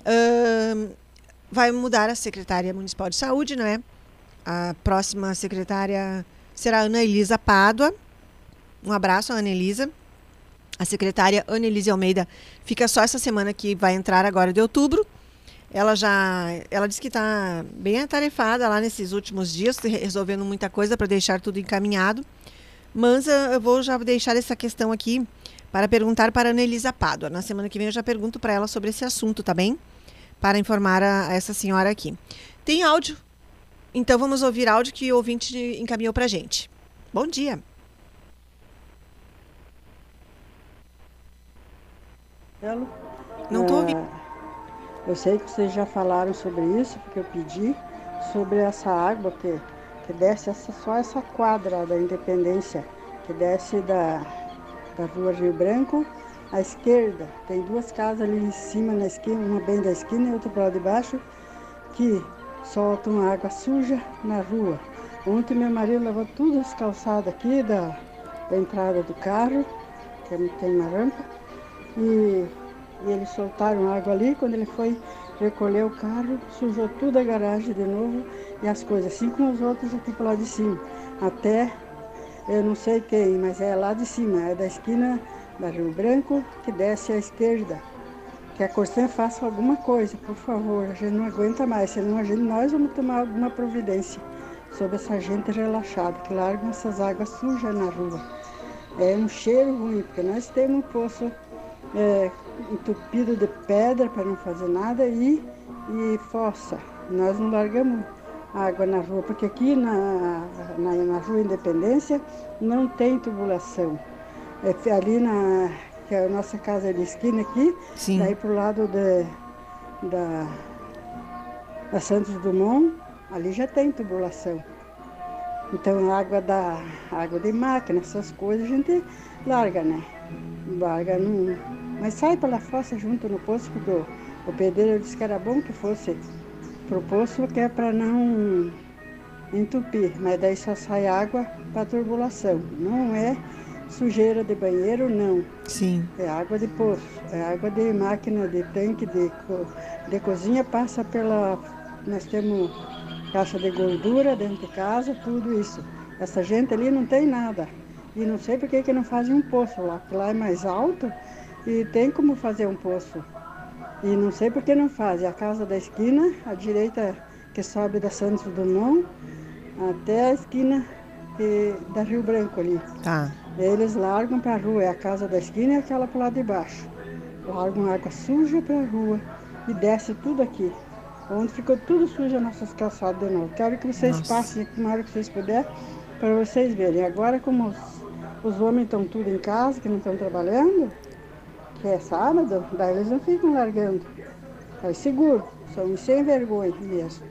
[SPEAKER 2] Vai mudar a secretária municipal de saúde, não é? A próxima secretária será a Ana Elisa Pádua. Um abraço, Ana Elisa. A secretária Ana Elisa Almeida fica só essa semana que vai entrar agora de outubro. Ela disse que está bem atarefada lá nesses últimos dias, resolvendo muita coisa para deixar tudo encaminhado. Mas eu vou já deixar essa questão aqui para perguntar para a Ana Elisa Pádua. Na semana que vem eu já pergunto para ela sobre esse assunto, tá bem? Para informar a essa senhora aqui. Tem áudio? Então vamos ouvir áudio que o ouvinte encaminhou para a gente. Bom dia. Não estou ouvindo.
[SPEAKER 13] Eu sei que vocês já falaram sobre isso, porque eu pedi sobre essa água que desce só essa quadra da Independência, que desce da Rua Rio Branco à esquerda. Tem 2 casas ali em cima na esquina, uma bem da esquina e outra para lá de baixo, que soltam água suja na rua. Ontem meu marido levou todas as calçadas aqui da entrada do carro, que tem uma rampa, e eles soltaram água ali. Quando ele foi recolher o carro, sujou tudo a garagem de novo e as coisas, assim como os outros aqui para lá de cima. Até, eu não sei quem, mas é lá de cima, é da esquina da Rio Branco, que desce à esquerda. Que a Corsã faça alguma coisa, por favor, a gente não aguenta mais, senão nós vamos tomar alguma providência sobre essa gente relaxada, que largam essas águas sujas na rua. É um cheiro ruim, porque nós temos um poço entupido de pedra para não fazer nada e fossa. Nós não largamos água na rua, porque aqui na Rua Independência não tem tubulação. Ali que é a nossa casa de esquina aqui, sim, daí pro lado da Santos Dumont, ali já tem tubulação. Então água de máquina, essas coisas a gente larga, né? Larga, não, mas sai pela fossa junto no poço, porque o pedreiro disse que era bom que fosse pro poço, que é para não entupir, mas daí só sai água para turbulação. Não é sujeira de banheiro, não.
[SPEAKER 2] Sim.
[SPEAKER 13] É água de poço, é água de máquina, de tanque, de cozinha, passa pela... Nós temos caixa de gordura dentro de casa, tudo isso. Essa gente ali não tem nada. E não sei por que não fazem um poço lá, porque lá é mais alto e tem como fazer um poço. E não sei por que não fazem. A casa da esquina, à direita que sobe da Santos Dumont, até a esquina da Rio Branco ali.
[SPEAKER 2] Tá.
[SPEAKER 13] Eles largam para a rua, é a casa da esquina e aquela para o lado de baixo. Largam água suja para a rua e desce tudo aqui. Onde ficou tudo sujo as nossas calçadas de novo. Quero que vocês passem aqui na hora que vocês puderem, para vocês verem. Agora, como os homens estão tudo em casa, que não estão trabalhando, que é sábado, daí eles não ficam largando. É seguro, são sem vergonha mesmo.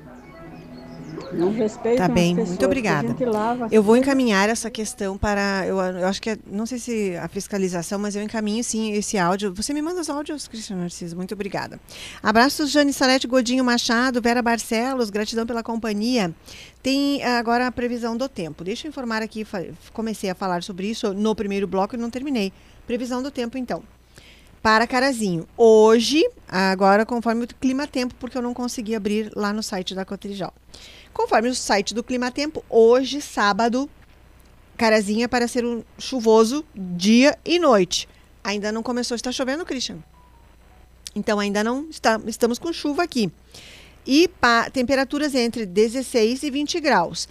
[SPEAKER 13] Não respeitam
[SPEAKER 2] Tá bem,
[SPEAKER 13] as pessoas,
[SPEAKER 2] muito obrigada.
[SPEAKER 13] que a gente lava
[SPEAKER 2] Eu vou encaminhar essa questão para, eu acho que, não sei se a fiscalização, mas eu encaminho sim esse áudio. Você me manda os áudios, Cristiano Narciso, muito obrigada. Abraços, Jane Salete Godinho Machado, Vera Barcelos, gratidão pela companhia. Tem agora a previsão do tempo. Deixa eu informar aqui, comecei a falar sobre isso no primeiro bloco e não terminei. Previsão do tempo, então. Para Carazinho, hoje, agora conforme o clima-tempo, porque eu não consegui abrir lá no site da Cotrijal. Conforme o site do clima-tempo, hoje, sábado, Carazinho é para ser um chuvoso dia e noite. Ainda não começou a estar chovendo, Christian? Então, ainda não estamos com chuva aqui. E temperaturas entre 16 e 20 graus.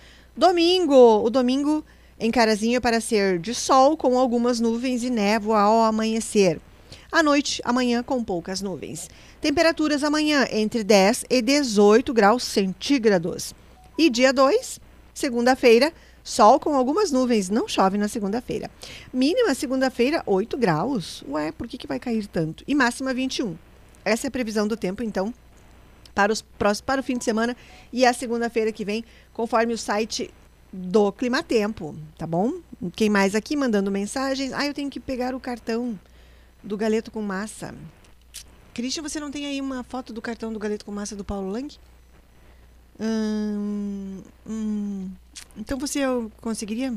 [SPEAKER 2] O domingo em Carazinho é para ser de sol, com algumas nuvens e névoa ao amanhecer. À noite, amanhã com poucas nuvens. Temperaturas amanhã entre 10 e 18 graus centígrados. E dia 2, segunda-feira, sol com algumas nuvens. Não chove na segunda-feira. Mínima segunda-feira, 8 graus. Ué, por que vai cair tanto? E máxima 21. Essa é a previsão do tempo, então, para o fim de semana e a segunda-feira que vem, conforme o site do Climatempo, tá bom? Quem mais aqui mandando mensagens? Eu tenho que pegar o cartão do galeto com massa. Christian, você não tem aí uma foto do cartão do galeto com massa do Paulo Lang? Então você conseguiria?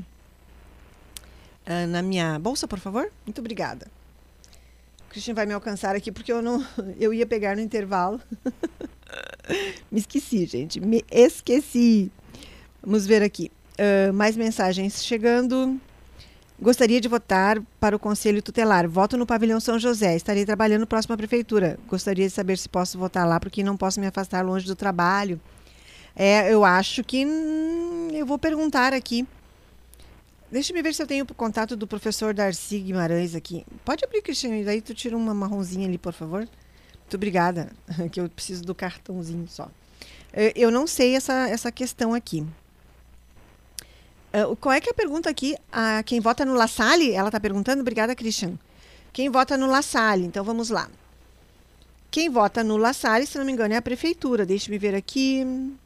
[SPEAKER 2] Na minha bolsa, por favor? Muito obrigada. O Christian vai me alcançar aqui porque eu ia pegar no intervalo. Me esqueci, gente. Me esqueci. Vamos ver aqui. Mais mensagens chegando. Gostaria de votar para o Conselho Tutelar. Voto no Pavilhão São José. Estarei trabalhando próximo à Prefeitura. Gostaria de saber se posso votar lá, porque não posso me afastar longe do trabalho. Eu acho que... eu vou perguntar aqui. Deixa eu ver se eu tenho o contato do professor Darcy Guimarães aqui. Pode abrir, Cristiano, e daí tu tira uma marronzinha ali, por favor. Muito obrigada, que eu preciso do cartãozinho só. Eu não sei essa questão aqui. Qual é que é a pergunta aqui? Quem vota no La Salle? Ela está perguntando. Obrigada, Christian. Quem vota no La Salle? Então, vamos lá. Quem vota no La Salle, se não me engano, é a Prefeitura. Deixa-me ver aqui.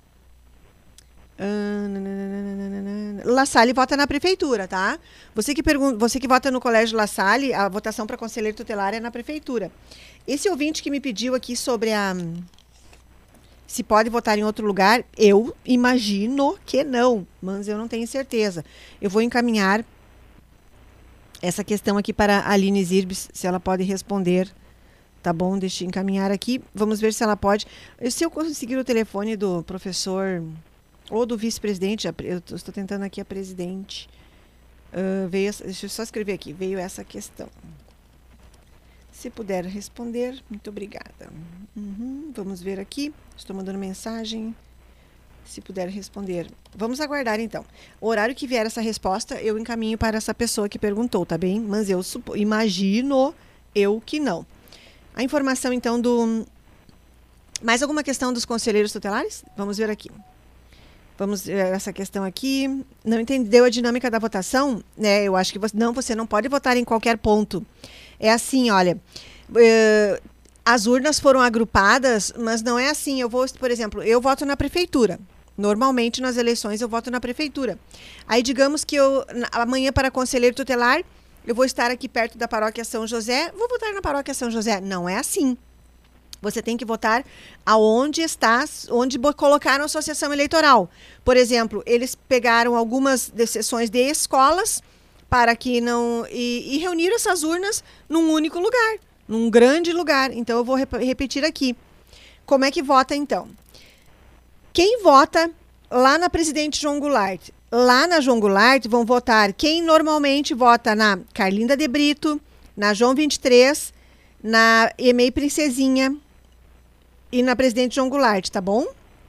[SPEAKER 2] La Salle vota na Prefeitura, tá? Você que vota no Colégio La Salle, a votação para conselheiro tutelar é na Prefeitura. Esse ouvinte que me pediu aqui sobre se pode votar em outro lugar, eu imagino que não, mas eu não tenho certeza. Eu vou encaminhar essa questão aqui para a Aline Zirbes, se ela pode responder. Tá bom, deixa eu encaminhar aqui. Vamos ver se ela pode. Se eu conseguir o telefone do professor ou do vice-presidente, eu estou tentando aqui a presidente. Deixa eu só escrever aqui, veio essa questão. Se puder responder, muito obrigada. Vamos ver aqui. Estou mandando mensagem. Se puder responder. Vamos aguardar, então. O horário que vier essa resposta, eu encaminho para essa pessoa que perguntou, tá bem? Mas eu imagino que não. A informação, então, mais alguma questão dos conselheiros tutelares? Vamos ver aqui. Vamos ver essa questão aqui. Não entendeu a dinâmica da votação? Eu acho que você não pode votar em qualquer ponto. É assim, olha, as urnas foram agrupadas, mas não é assim. Por exemplo, eu voto na Prefeitura. Normalmente, nas eleições, eu voto na Prefeitura. Aí, digamos que amanhã, para conselheiro tutelar, eu vou estar aqui perto da Paróquia São José, vou votar na Paróquia São José. Não é assim. Você tem que votar aonde está, onde colocaram a associação eleitoral. Por exemplo, eles pegaram algumas sessões de escolas para que não... E reuniram essas urnas num único lugar, num grande lugar. Então, eu vou repetir aqui. Como é que vota, então? Quem vota lá na Presidente João Goulart? Lá na João Goulart vão votar quem normalmente vota na Carlinda de Brito, na João 23, na EMEI Princesinha e na Presidente João Goulart, tá bom?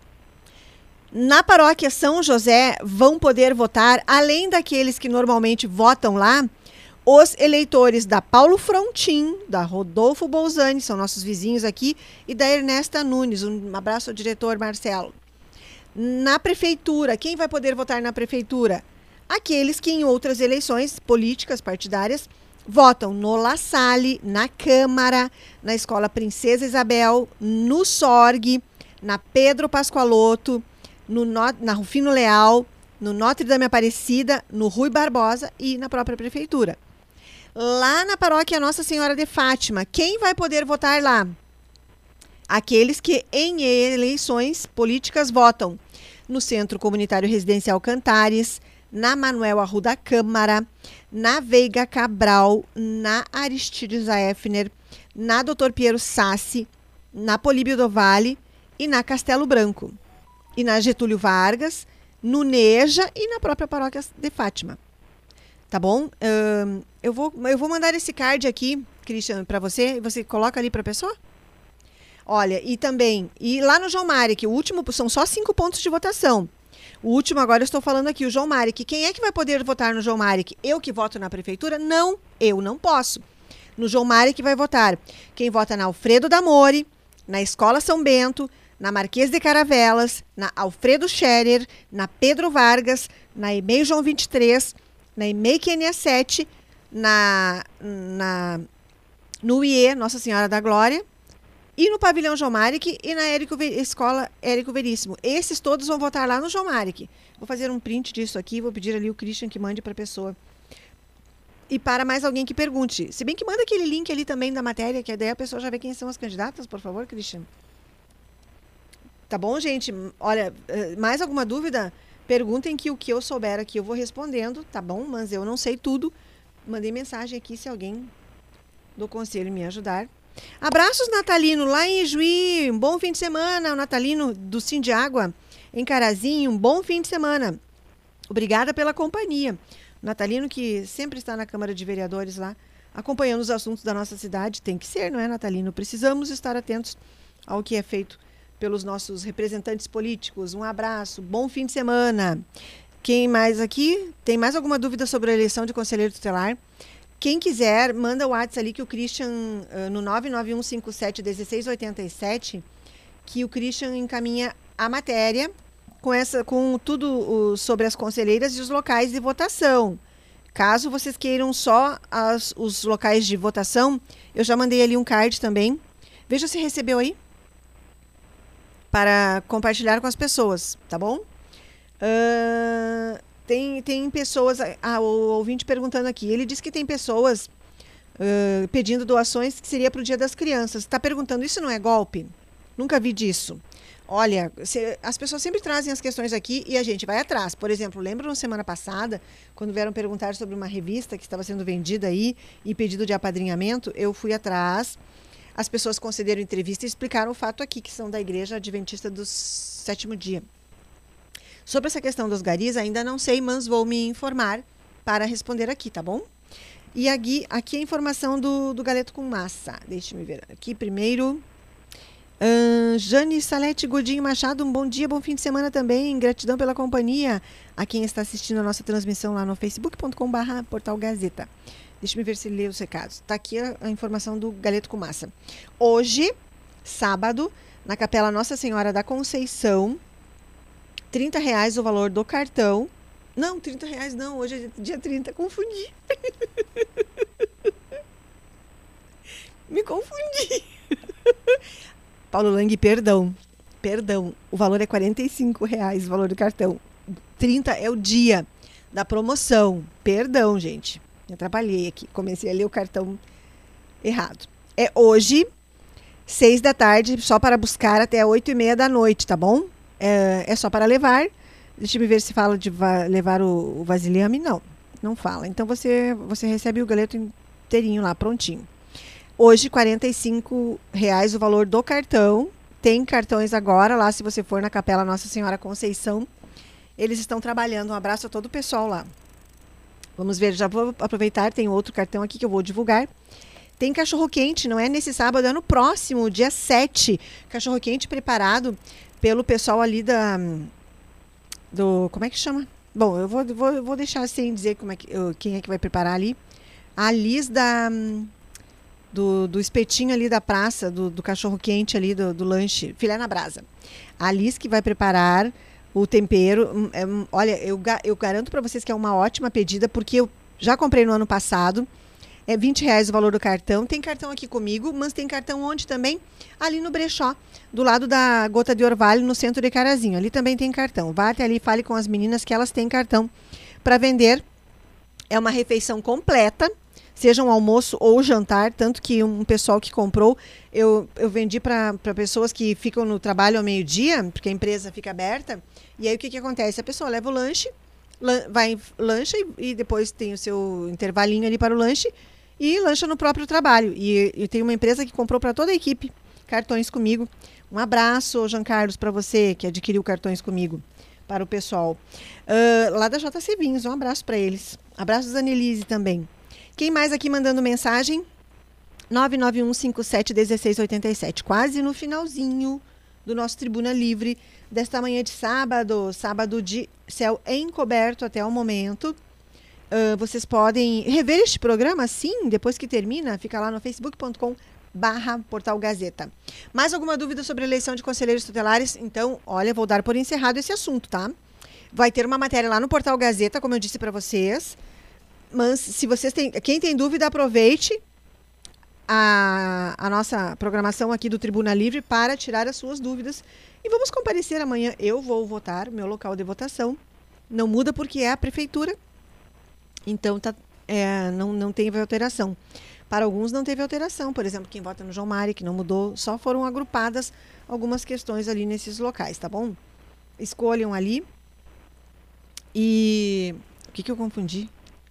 [SPEAKER 2] Na paróquia São José vão poder votar, além daqueles que normalmente votam lá, os eleitores da Paulo Frontin, da Rodolfo Bolzani, são nossos vizinhos aqui, e da Ernesta Nunes. Um abraço ao diretor Marcelo. Na prefeitura, quem vai poder votar na prefeitura? Aqueles que em outras eleições políticas partidárias votam no La Salle, na Câmara, na Escola Princesa Isabel, no SORG, na Pedro Pascoaloto, na Rufino Leal, no Notre Dame Aparecida, no Rui Barbosa e na própria prefeitura. Lá na paróquia Nossa Senhora de Fátima, quem vai poder votar lá? Aqueles que em eleições políticas votam no Centro Comunitário Residencial Cantares, na Manuel Arruda Câmara, na Veiga Cabral, na Aristides Aefner, na Dr. Piero Sassi, na Políbio do Vale e na Castelo Branco. E na Getúlio Vargas, no Neja e na própria paróquia de Fátima. Tá bom? Eu vou mandar esse card aqui, Christian, para você, e você coloca ali para a pessoa? Olha, e lá no João Maric, o último, são só 5 pontos de votação. O último agora eu estou falando aqui, o João Maric. Quem é que vai poder votar no João Maric? Eu que voto na prefeitura? Não, eu não posso. No João Maric vai votar quem vota na Alfredo D'Amore, na Escola São Bento, na Marquês de Caravelas, na Alfredo Scherer, na Pedro Vargas, na EMEI João 23, na EMEI QNE 7, no IE Nossa Senhora da Glória, e no Pavilhão João Maric e na Escola Érico Veríssimo. Esses todos vão votar lá no João Maric. Vou fazer um print disso aqui, vou pedir ali o Christian que mande para a pessoa. E para mais alguém que pergunte. Se bem que manda aquele link ali também da matéria, que daí a pessoa já vê quem são as candidatas, por favor, Christian. Tá bom, gente? Olha, mais alguma dúvida? Perguntem que o que eu souber aqui eu vou respondendo, tá bom? Mas eu não sei tudo. Mandei mensagem aqui se alguém do conselho me ajudar. Abraços, Natalino, lá em Juí. Um bom fim de semana. O Natalino do Sim de Água, em Carazinho. Um bom fim de semana. Obrigada pela companhia. O Natalino, que sempre está na Câmara de Vereadores lá, acompanhando os assuntos da nossa cidade. Tem que ser, não é, Natalino? Precisamos estar atentos ao que é feito pelos nossos representantes políticos. Um abraço. Bom fim de semana. Quem mais aqui? Tem mais alguma dúvida sobre a eleição de conselheiro tutelar? Quem quiser, manda o WhatsApp ali que o Christian, no 991571687, que o Christian encaminha a matéria com tudo sobre as conselheiras e os locais de votação. Caso vocês queiram só os locais de votação, eu já mandei ali um card também. Veja se recebeu aí, para compartilhar com as pessoas, tá bom? Tem pessoas, o ouvinte perguntando aqui, ele disse que tem pessoas pedindo doações que seria para o Dia das Crianças. Está perguntando, isso não é golpe? Nunca vi disso. Olha, as pessoas sempre trazem as questões aqui e a gente vai atrás. Por exemplo, lembram semana passada, quando vieram perguntar sobre uma revista que estava sendo vendida aí e pedido de apadrinhamento, eu fui atrás. As pessoas concederam entrevista e explicaram o fato aqui, que são da Igreja Adventista do Sétimo Dia. Sobre essa questão dos garis, ainda não sei, mas vou me informar para responder aqui, tá bom? E aqui a informação do galeto com massa. Deixa-me ver aqui primeiro. Jane Salete Godinho Machado, um bom dia, bom fim de semana também. Gratidão pela companhia a quem está assistindo a nossa transmissão lá no facebook.com/Portal Gazeta. Deixa-me ver se lê os recados. Está aqui a informação do galeto com massa. Hoje, sábado, na Capela Nossa Senhora da Conceição, R$30 o valor do cartão. Não, R$30 não, hoje é dia 30, confundi. Me confundi. Paulo Lang, perdão. O valor é R$45, o valor do cartão. 30 é o dia da promoção. Perdão, gente. Me atrapalhei aqui. Comecei a ler o cartão errado. É hoje, 6 da tarde, só para buscar até 8h30 da noite, tá bom? É só para levar. Deixa eu ver se fala de levar o vasilhame. Não fala. Então você recebe o galeto inteirinho lá, prontinho. Hoje, R$ 45 o valor do cartão. Tem cartões agora lá, se você for na Capela Nossa Senhora Conceição. Eles estão trabalhando. Um abraço a todo o pessoal lá. Vamos ver, já vou aproveitar, tem outro cartão aqui que eu vou divulgar. Tem cachorro-quente, não é nesse sábado, é no próximo, dia 7. Cachorro-quente preparado pelo pessoal ali como é que chama? Bom, eu vou deixar sem dizer quem é que vai preparar ali. A Liz do espetinho ali da praça, do cachorro-quente ali, do lanche, filé na brasa. A Liz que vai preparar o tempero. Olha, eu garanto para vocês que é uma ótima pedida, porque eu já comprei no ano passado. É R$20 o valor do cartão. Tem cartão aqui comigo, mas tem cartão onde também? Ali no brechó, do lado da Gota de Orvalho, no centro de Carazinho. Ali também tem cartão. Vá até ali e fale com as meninas que elas têm cartão para vender. É uma refeição completa, seja um almoço ou jantar, tanto que um pessoal que comprou, eu vendi para pessoas que ficam no trabalho ao meio-dia, porque a empresa fica aberta. E aí o que acontece? A pessoa leva o lanche, lancha e depois tem o seu intervalinho ali para o lanche e lancha no próprio trabalho. E tem uma empresa que comprou para toda a equipe cartões comigo. Um abraço, Jean Carlos, para você que adquiriu cartões comigo, para o pessoal. Lá da JC Vinhos, um abraço para eles. Abraços da Annelise também. Quem mais aqui mandando mensagem? 991571687. Quase no finalzinho do nosso Tribuna Livre desta manhã de sábado. Sábado de céu encoberto até o momento. Vocês podem rever este programa, sim, depois que termina. Fica lá no facebook.com/Portal Gazeta. Mais alguma dúvida sobre a eleição de conselheiros tutelares? Então, olha, vou dar por encerrado esse assunto, tá? Vai ter uma matéria lá no Portal Gazeta, como eu disse para vocês. Mas se vocês quem tem dúvida, aproveite a nossa programação aqui do Tribuna Livre para tirar as suas dúvidas. E vamos comparecer amanhã. Eu vou votar, meu local de votação. Não muda porque é a prefeitura. Então não teve alteração. Para alguns não teve alteração. Por exemplo, quem vota no João Mari, que não mudou, só foram agrupadas algumas questões ali nesses locais, tá bom? Escolham ali. E o que eu confundi?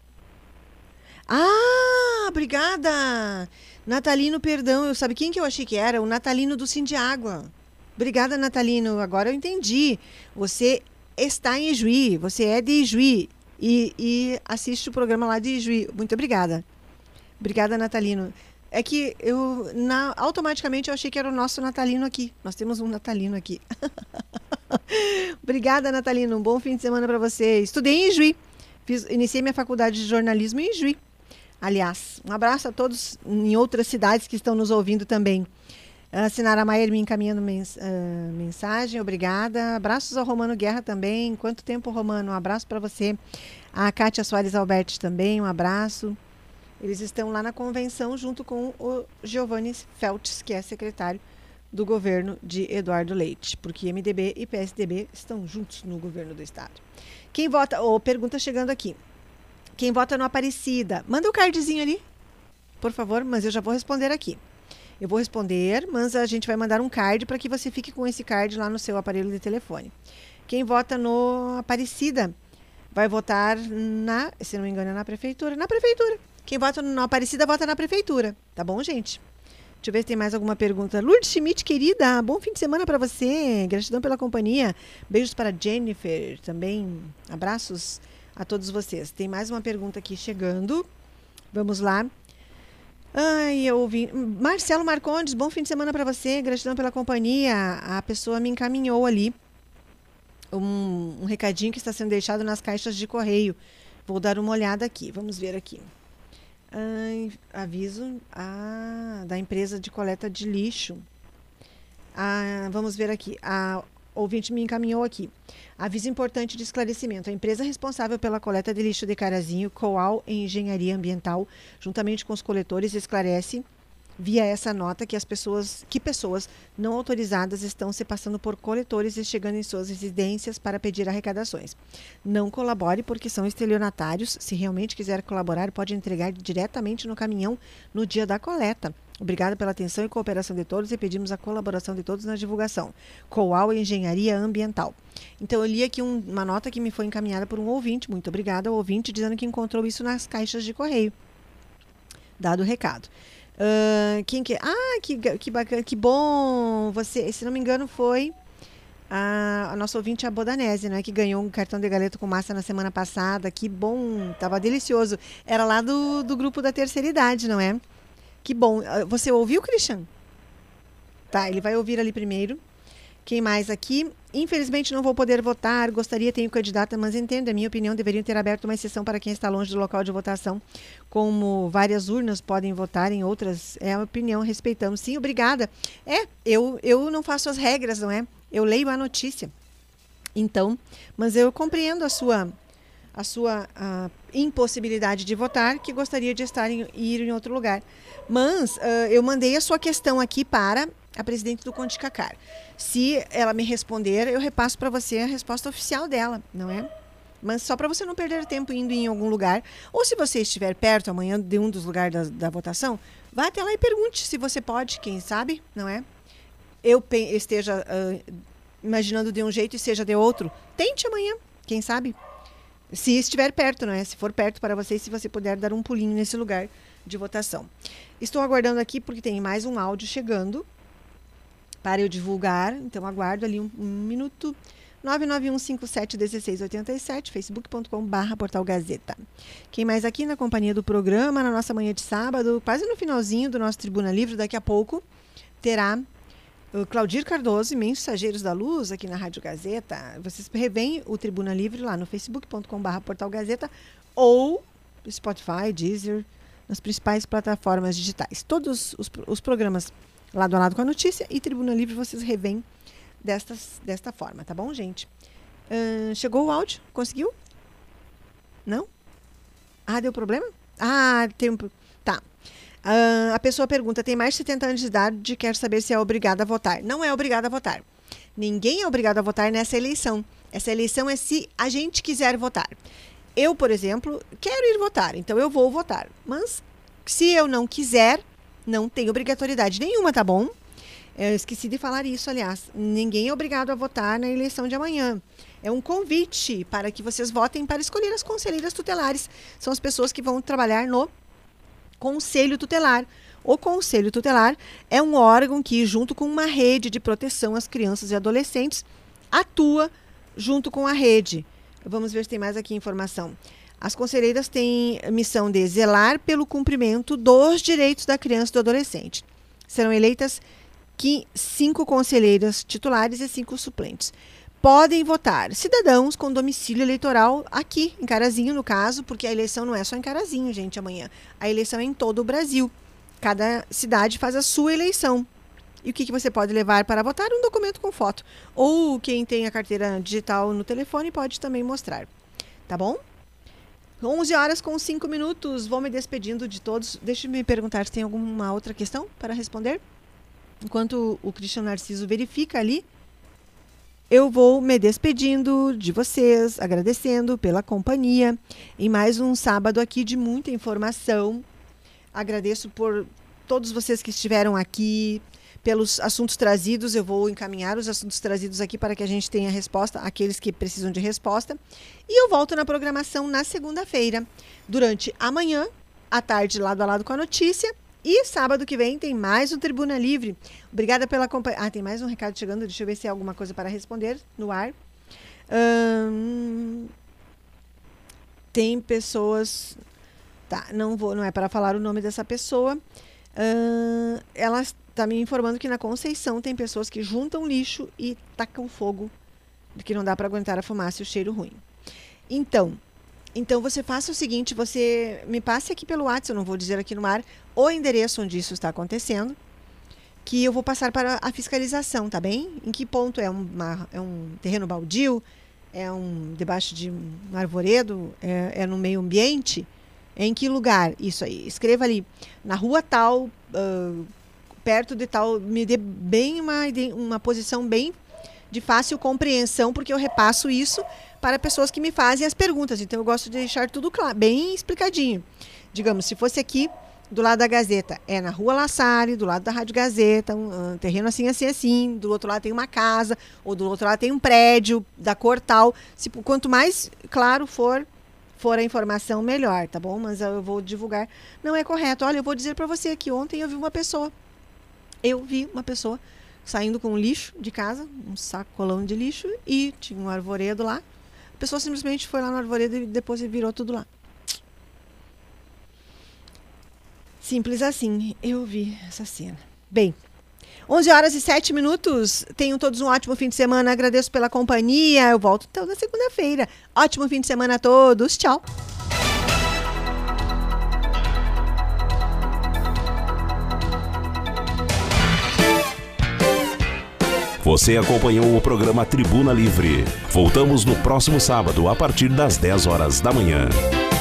[SPEAKER 2] Ah, obrigada! Natalino, perdão, eu sabe quem que eu achei que era? O Natalino do Sindiágua. Obrigada, Natalino. Agora eu entendi. Você está em Ijuí, você é de Ijuí e assiste o programa lá de Ijuí. Muito obrigada. Obrigada, Natalino. É que automaticamente eu achei que era o nosso Natalino aqui. Nós temos um Natalino aqui. Obrigada, Natalino. Um bom fim de semana para você. Estudei em Ijuí. Iniciei minha faculdade de jornalismo em Ijuí. Aliás, um abraço a todos em outras cidades que estão nos ouvindo também. A Sinara Maier me encaminhando mensagem, obrigada. Abraços ao Romano Guerra também. Quanto tempo, Romano? Um abraço para você. A Kátia Soares Alberti também, um abraço. Eles estão lá na convenção junto com o Giovanni Feltes, que é secretário do governo de Eduardo Leite, porque MDB e PSDB estão juntos no governo do estado. Quem vota, pergunta chegando aqui. Quem vota no Aparecida, manda o cardzinho ali, por favor, mas eu já vou responder aqui. Eu vou responder, mas a gente vai mandar um card para que você fique com esse card lá no seu aparelho de telefone. Quem vota no Aparecida vai votar se não me engano, na prefeitura. Na prefeitura. Quem vota no Aparecida vota na prefeitura. Tá bom, gente? Deixa eu ver se tem mais alguma pergunta. Lourdes Schmidt, querida, bom fim de semana para você. Gratidão pela companhia. Beijos para Jennifer também. Abraços a todos vocês. Tem mais uma pergunta aqui chegando. Vamos lá. Eu ouvi. Marcelo Marcondes, bom fim de semana para você. Gratidão pela companhia. A pessoa me encaminhou ali um recadinho que está sendo deixado nas caixas de correio. Vou dar uma olhada aqui. Vamos ver aqui. Aviso da empresa de coleta de lixo. Vamos ver aqui. A ouvinte me encaminhou aqui. Aviso importante de esclarecimento. A empresa responsável pela coleta de lixo de Carazinho, Coal Engenharia Ambiental, juntamente com os coletores, esclarece via essa nota que pessoas não autorizadas estão se passando por coletores e chegando em suas residências para pedir arrecadações. Não colabore porque são estelionatários. Se realmente quiser colaborar, pode entregar diretamente no caminhão no dia da coleta Obrigada pela atenção e cooperação de todos e pedimos a colaboração de todos na divulgação. Coal Engenharia Ambiental. Então, eu li aqui uma nota que me foi encaminhada por um ouvinte. Muito obrigada ao ouvinte, dizendo que encontrou isso nas caixas de correio. Dado o recado. Que bacana, que bom. Você, se não me engano, foi a nossa ouvinte, a Bodanese, né? Que ganhou um cartão de galeto com massa na semana passada. Que bom, tava delicioso. Era lá do grupo da terceira idade, não é? Que bom. Você ouviu, Christian? Tá, ele vai ouvir ali primeiro. Quem mais aqui? Infelizmente não vou poder votar. Gostaria, tenho candidata, mas entendo, a minha opinião, deveriam ter aberto uma exceção para quem está longe do local de votação. Como várias urnas podem votar em outras, é a opinião, respeitamos. Sim, obrigada. Eu não faço as regras, não é? Eu leio a notícia. Então, mas eu compreendo a sua impossibilidade de votar, que gostaria de ir em outro lugar. Mas eu mandei a sua questão aqui para a presidente do Conticacar. Se ela me responder, eu repasso para você a resposta oficial dela, não é? Mas só para você não perder tempo indo em algum lugar. Ou se você estiver perto amanhã de um dos lugares da votação, vá até lá e pergunte se você pode, quem sabe, não é? Eu esteja imaginando de um jeito e seja de outro. Tente amanhã, quem sabe? Se estiver perto, não é? Se for perto para você, se você puder dar um pulinho nesse lugar de votação. Estou aguardando aqui porque tem mais um áudio chegando para eu divulgar. Então, aguardo ali um minuto. 991571687, facebook.com/Portal Gazeta. Quem mais aqui na companhia do programa, na nossa manhã de sábado, quase no finalzinho do nosso Tribuna Livre, daqui a pouco, terá o Claudir Cardoso e Mensageiros da Luz aqui na Rádio Gazeta. Vocês revêem o Tribuna Livre lá no facebook.com/Portal Gazeta ou Spotify, Deezer, nas principais plataformas digitais. Todos os programas lado a lado com a notícia e Tribuna Livre vocês revêem desta forma, tá bom, gente? Chegou o áudio? Conseguiu? Não? Deu problema? Tá. A pessoa pergunta, tem mais de 70 anos de idade e quer saber se é obrigada a votar. Não é obrigada a votar. Ninguém é obrigado a votar nessa eleição. Essa eleição é se a gente quiser votar. Eu, por exemplo, quero ir votar, então eu vou votar. Mas se eu não quiser, não tem obrigatoriedade nenhuma, tá bom? Eu esqueci de falar isso, aliás. Ninguém é obrigado a votar na eleição de amanhã. É um convite para que vocês votem para escolher as conselheiras tutelares. São as pessoas que vão trabalhar no Conselho Tutelar. O Conselho Tutelar é um órgão que, junto com uma rede de proteção às crianças e adolescentes, atua junto com a rede. Vamos ver se tem mais aqui informação. As conselheiras têm missão de zelar pelo cumprimento dos direitos da criança e do adolescente. Serão eleitas 5 conselheiras titulares e 5 suplentes. Podem votar cidadãos com domicílio eleitoral aqui, em Carazinho, no caso, porque a eleição não é só em Carazinho, gente, amanhã. A eleição é em todo o Brasil. Cada cidade faz a sua eleição. E o que você pode levar para votar? Um documento com foto. Ou quem tem a carteira digital no telefone pode também mostrar. Tá bom? 11h05. Vou me despedindo de todos. Deixa eu me perguntar se tem alguma outra questão para responder. Enquanto o Cristian Narciso verifica ali, eu vou me despedindo de vocês, agradecendo pela companhia em mais um sábado aqui de muita informação. Agradeço por todos vocês que estiveram aqui, pelos assuntos trazidos. Eu vou encaminhar os assuntos trazidos aqui para que a gente tenha resposta, aqueles que precisam de resposta. E eu volto na programação na segunda-feira, durante amanhã, à tarde, lado a lado com a notícia. E sábado que vem tem mais um Tribuna Livre. Obrigada pela companhia. Tem mais um recado chegando. Deixa eu ver se há alguma coisa para responder no ar. Tem pessoas... Tá, não é para falar o nome dessa pessoa. Ela está me informando que na Conceição tem pessoas que juntam lixo e tacam fogo, que não dá para aguentar a fumaça e o cheiro ruim. Então você faça o seguinte, você me passe aqui pelo WhatsApp, eu não vou dizer aqui no ar, o endereço onde isso está acontecendo, que eu vou passar para a fiscalização, tá bem? Em que ponto? É um terreno baldio? É debaixo de um arvoredo? É no meio ambiente? Em que lugar isso aí? Escreva ali, na rua tal, perto de tal, me dê bem uma posição bem de fácil compreensão, porque eu repasso isso para pessoas que me fazem as perguntas. Então, eu gosto de deixar tudo claro, bem explicadinho. Digamos, se fosse aqui do lado da Gazeta é na Rua La Salle, do lado da Rádio Gazeta, um terreno assim, do outro lado tem uma casa, ou do outro lado tem um prédio da cor tal. Quanto mais claro for a informação, melhor, tá bom? Mas eu vou divulgar. Não é correto. Olha, eu vou dizer para você que ontem eu vi uma pessoa saindo com lixo de casa, um sacolão de lixo, e tinha um arvoredo lá. A pessoa simplesmente foi lá no arvoredo e depois virou tudo lá. Simples assim, eu vi essa cena. Bem, 11h07. Tenham todos um ótimo fim de semana. Agradeço pela companhia. Eu volto então na segunda-feira. Ótimo fim de semana a todos. Tchau.
[SPEAKER 1] Você acompanhou o programa Tribuna Livre. Voltamos no próximo sábado, a partir das 10 horas da manhã.